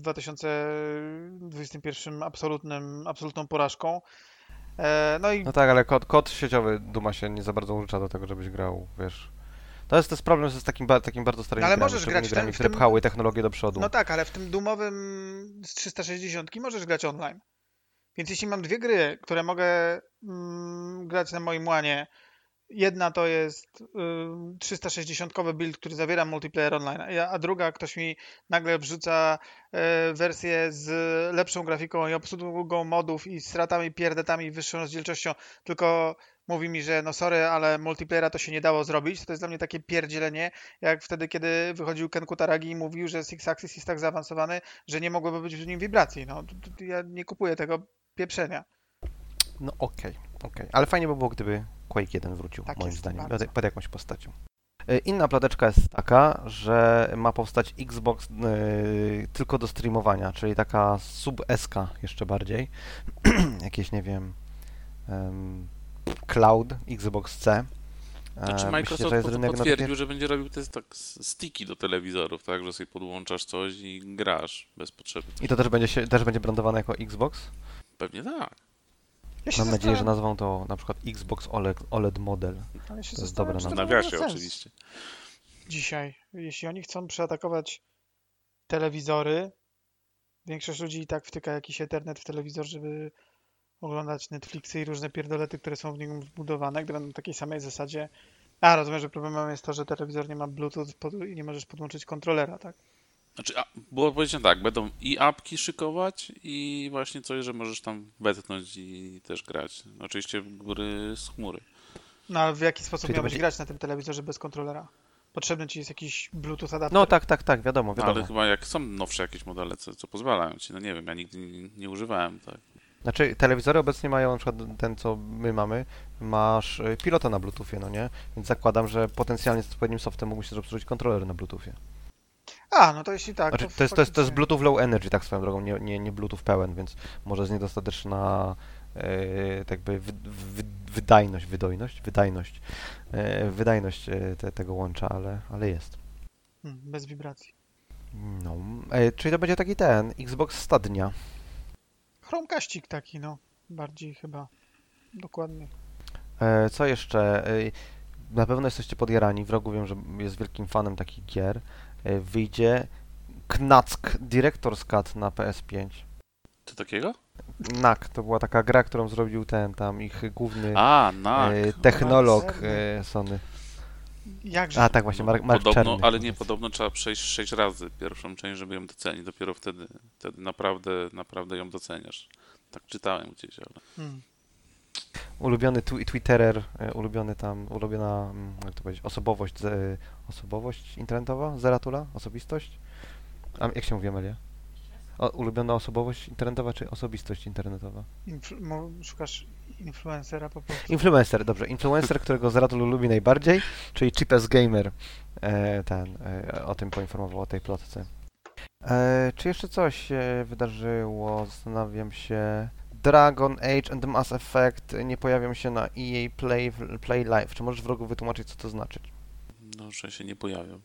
2021 absolutną porażką. No tak, ale kod sieciowy Duma się nie za bardzo użycza do tego, żebyś grał, wiesz. To jest problem z takim bardzo starymi ale grami, możesz grać grami, które pchały technologię do przodu. No tak, ale w tym Doomowym z 360 możesz grać online. Więc jeśli mam dwie gry, które mogę grać na moim łanie, jedna to jest 360-kowy build, który zawiera multiplayer online, a druga ktoś mi nagle wrzuca wersję z lepszą grafiką i obsługą modów i stratami, pierdetami i wyższą rozdzielczością, tylko mówi mi, że no sorry, ale multiplayera to się nie dało zrobić. To jest dla mnie takie pierdzielenie, jak wtedy, kiedy wychodził Ken Kutaragi i mówił, że Six Axis jest tak zaawansowany, że nie mogłoby być w nim wibracji. No, ja nie kupuję tego pieprzenia. No okej. Ale fajnie by było, gdyby Quake 1 wrócił, Tak moim jest, zdaniem, bardzo. pod jakąś postacią. Inna ploteczka jest taka, że ma powstać Xbox tylko do streamowania, czyli taka sub-SK jeszcze bardziej. Jakieś, nie wiem, Cloud, Xbox C. Znaczy Microsoft że jest rynek potwierdził, że będzie robił te tak sticki do telewizorów, tak, że sobie podłączasz coś i grasz bez potrzeby. I to też będzie brandowane jako Xbox? Pewnie tak. Mam nadzieję, że nazwą to na przykład Xbox OLED model. Ale się To jest zastanawiam, dobre czy to Na w ogóle ma nawiasie sens oczywiście. dzisiaj. Jeśli oni chcą przeatakować telewizory, większość ludzi i tak wtyka jakiś Ethernet w telewizor, żeby oglądać Netflixy i różne pierdolety, które są w nim wbudowane, które będą na takiej samej zasadzie. Rozumiem, że problemem jest to, że telewizor nie ma Bluetooth i nie możesz podłączyć kontrolera, tak? Znaczy, było powiedziane tak, będą i apki szykować i właśnie coś, że możesz tam wetknąć i też grać. Oczywiście gry z chmury. No ale w jaki sposób Czyli to miałbyś będzie- grać na tym telewizorze bez kontrolera? Potrzebny ci jest jakiś Bluetooth adapter? No tak, wiadomo. Ale chyba jak są nowsze jakieś modele, co pozwalają ci, no nie wiem, ja nigdy nie używałem, tak. Znaczy, telewizory obecnie mają, na przykład ten, co my mamy, masz pilota na Bluetoothie, no nie? Więc zakładam, że potencjalnie z odpowiednim softem mógłby się obsłużyć kontroler na Bluetoothie. No to jeśli tak, Znaczy, to to jest faktycznie. Bluetooth Low Energy, tak swoją drogą, nie Bluetooth pełen, więc może jest niedostateczna tak jakby wydajność tego łącza, ale jest. Bez wibracji. No, czyli to będzie taki ten Xbox Stadia. Chromekaścik taki, no. Bardziej chyba. Dokładnie. Co jeszcze? Na pewno jesteście podjarani. Wrogu wiem, że jest wielkim fanem takich gier. Wyjdzie Knack Director's Cut na PS5. Co takiego? Knack to była taka gra, którą zrobił tam ich główny NAC. technolog Sony. Jakże? Tak, właśnie, Mark Podobno, Czerny. ale nie, podobno trzeba przejść 6 razy pierwszą część, żeby ją docenić. Dopiero wtedy naprawdę ją doceniasz. Tak czytałem gdzieś, ale... Ulubiony Twitterer, ulubiona, jak to powiedzieć, osobowość internetowa? Zeratula? Osobistość? A jak się mówi, Amelia? Ulubiona osobowość internetowa czy osobistość internetowa? Szukasz influencera po prostu. Influencer, dobrze. Influencer, którego Zeratul lubi najbardziej, czyli Cheapest Gamer. O tym poinformował, o tej plotce. Czy jeszcze coś się wydarzyło? Zastanawiam się. Dragon Age and Mass Effect nie pojawią się na EA Play Live. Czy możesz wrogu wytłumaczyć, co to znaczy? No, że się nie pojawią.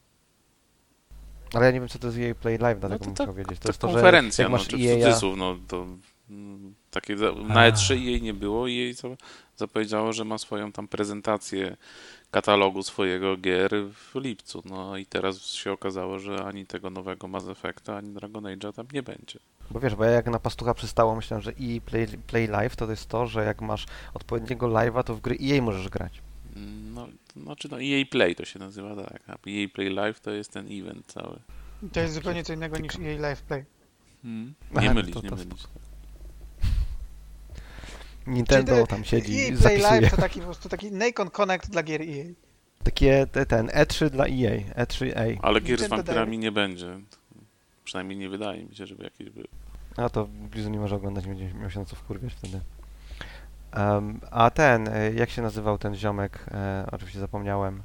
Ale ja nie wiem, co to jest EA Play Live, dlatego No muszę wiedzieć. to jest to, konferencja, że jak masz czy EA... cudzysłów, no to Takiej na E3 jej nie było i jej zapowiedziało, że ma swoją tam prezentację katalogu swojego gier w lipcu. No i teraz się okazało, że ani tego nowego Mass Effecta, ani Dragon Age'a tam nie będzie. Bo wiesz, bo ja jak na pastucha przystało, myślałem, że EA Play Live to jest to, że jak masz odpowiedniego live'a, to w gry EA możesz grać. No, EA Play to się nazywa, tak. A EA Play Live to jest ten event cały. To jest zupełnie co innego niż EA Live Play. Nie mylić, to nie mylić. Nintendo Czyli tam siedzi i EA Play zapisuje. Live to taki po prostu taki Nacon Connect dla gier EA. Takie ten E3 dla EA, E3A. Ale gier z Nintendo wampirami nie będzie. Przynajmniej nie wydaje mi się, żeby jakieś były. A to Blizu nie może oglądać, będzie miał się na co wkurwiać wtedy. A ten, jak się nazywał ten ziomek? Oczywiście zapomniałem.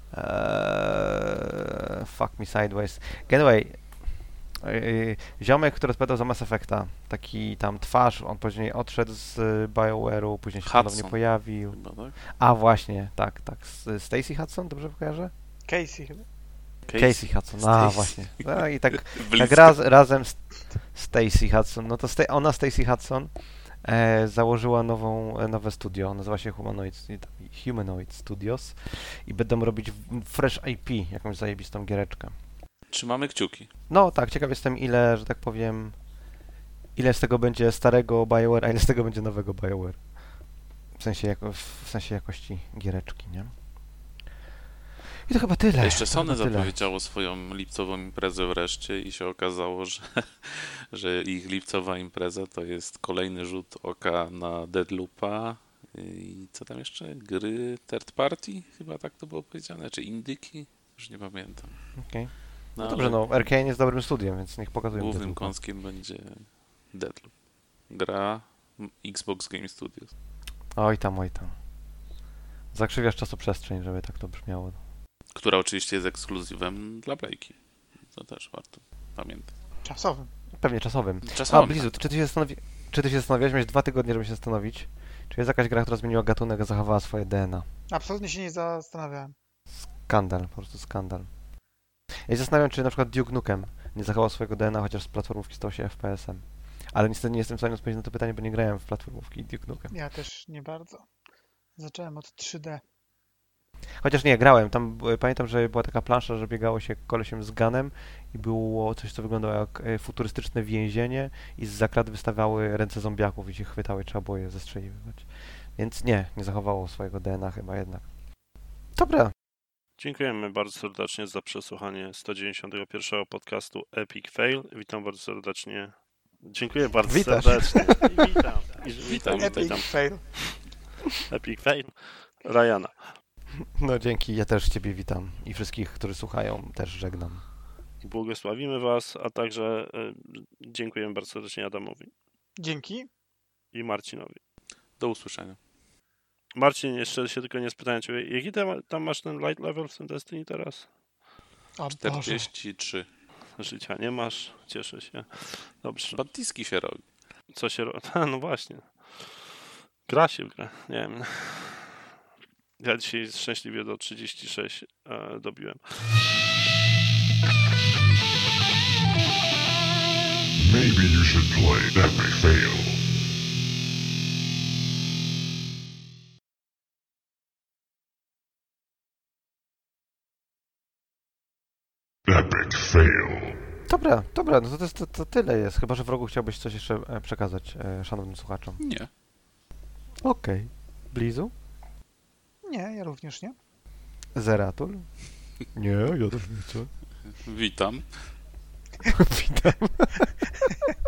Fuck me sideways. Anyway, ziomek, który odpowiadał za Mass Effecta. Taki tam twarz, on później odszedł z BioWare'u, później się ponownie Hudson. pojawił. Chyba, tak? A właśnie, tak. Stacey Hudson, dobrze kojarzę? Casey chyba. Casey Hudson, a Stacey. właśnie. No i tak Blisko. razem z Stacey Hudson, no to ona, Stacey Hudson, założyła nowe studio, nazywa się Humanoid Studios i będą robić fresh IP, jakąś zajebistą giereczkę. Trzymamy kciuki. No tak, ciekaw jestem ile, że tak powiem, ile z tego będzie starego BioWare, a ile z tego będzie nowego BioWare. W sensie jakości giereczki, nie? I to chyba tyle. Jeszcze To Sony chyba tyle. zapowiedziało swoją lipcową imprezę wreszcie i się okazało, że ich lipcowa impreza to jest kolejny rzut oka na Deadloopa i co tam jeszcze? Gry third party? Chyba tak to było powiedziane, czy indyki? Już nie pamiętam. Okej. No, No dobrze, ale no Arkane jest dobrym studiem, więc niech pokazują. głównym Deadloopa. kąskiem będzie Deadloop. Gra Xbox Game Studios. Oj tam. Zakrzywiasz czasoprzestrzeń, żeby tak to brzmiało. Która oczywiście jest ekskluzywem dla Playki. To też warto pamiętać. Czasowym. Pewnie czasowym. Czasami. Blizu, czy ty się zastanawiałeś? Miałeś 2 tygodnie, żeby się zastanowić. Czy jest jakaś gra, która zmieniła gatunek, a zachowała swoje DNA? Absolutnie się nie zastanawiałem. Skandal, po prostu skandal. Ja się zastanawiam, czy na przykład Duke Nukem nie zachował swojego DNA, chociaż z platformówki stał się FPS-em. Ale niestety nie jestem w stanie odpowiedzieć na to pytanie, bo nie grałem w platformówki Duke Nukem. Ja też nie bardzo. Zacząłem od 3D. Chociaż nie, grałem. Tam pamiętam, że była taka plansza, że biegało się kolesiem z gunem i było coś, co wyglądało jak futurystyczne więzienie i z krat wystawiały ręce zombiaków i się chwytały, trzeba było je zestrzeliwać. Więc nie zachowało swojego DNA chyba jednak. Dobra. Dziękujemy bardzo serdecznie za przesłuchanie 191 podcastu Epic Fail. Witam bardzo serdecznie. Dziękuję bardzo Witasz. serdecznie. I witam. Epic fail. Epic Fail. Ryana. No dzięki, ja też Ciebie witam i wszystkich, którzy słuchają, też żegnam. Błogosławimy Was, a także dziękujemy bardzo serdecznie Adamowi Dzięki. i Marcinowi. Do usłyszenia. Marcin, jeszcze się tylko nie spytałem Ciebie, jaki tam masz ten light level w tym Destiny teraz? O Boże. 43. Życia nie masz, cieszę się. Dobrze, Batiski się robi. co się robi? No właśnie. Gra się w grę, nie wiem. Ja dzisiaj szczęśliwie do 36 dobiłem. Maybe you should play Epic Fail. Epic Fail. Dobra, no to tyle jest. Chyba, że wrogu chciałbyś coś jeszcze przekazać szanownym słuchaczom. Nie. Okej. Blizu? Nie, ja również nie. Zeratul? Nie, ja też nie chcę. Witam. Witam.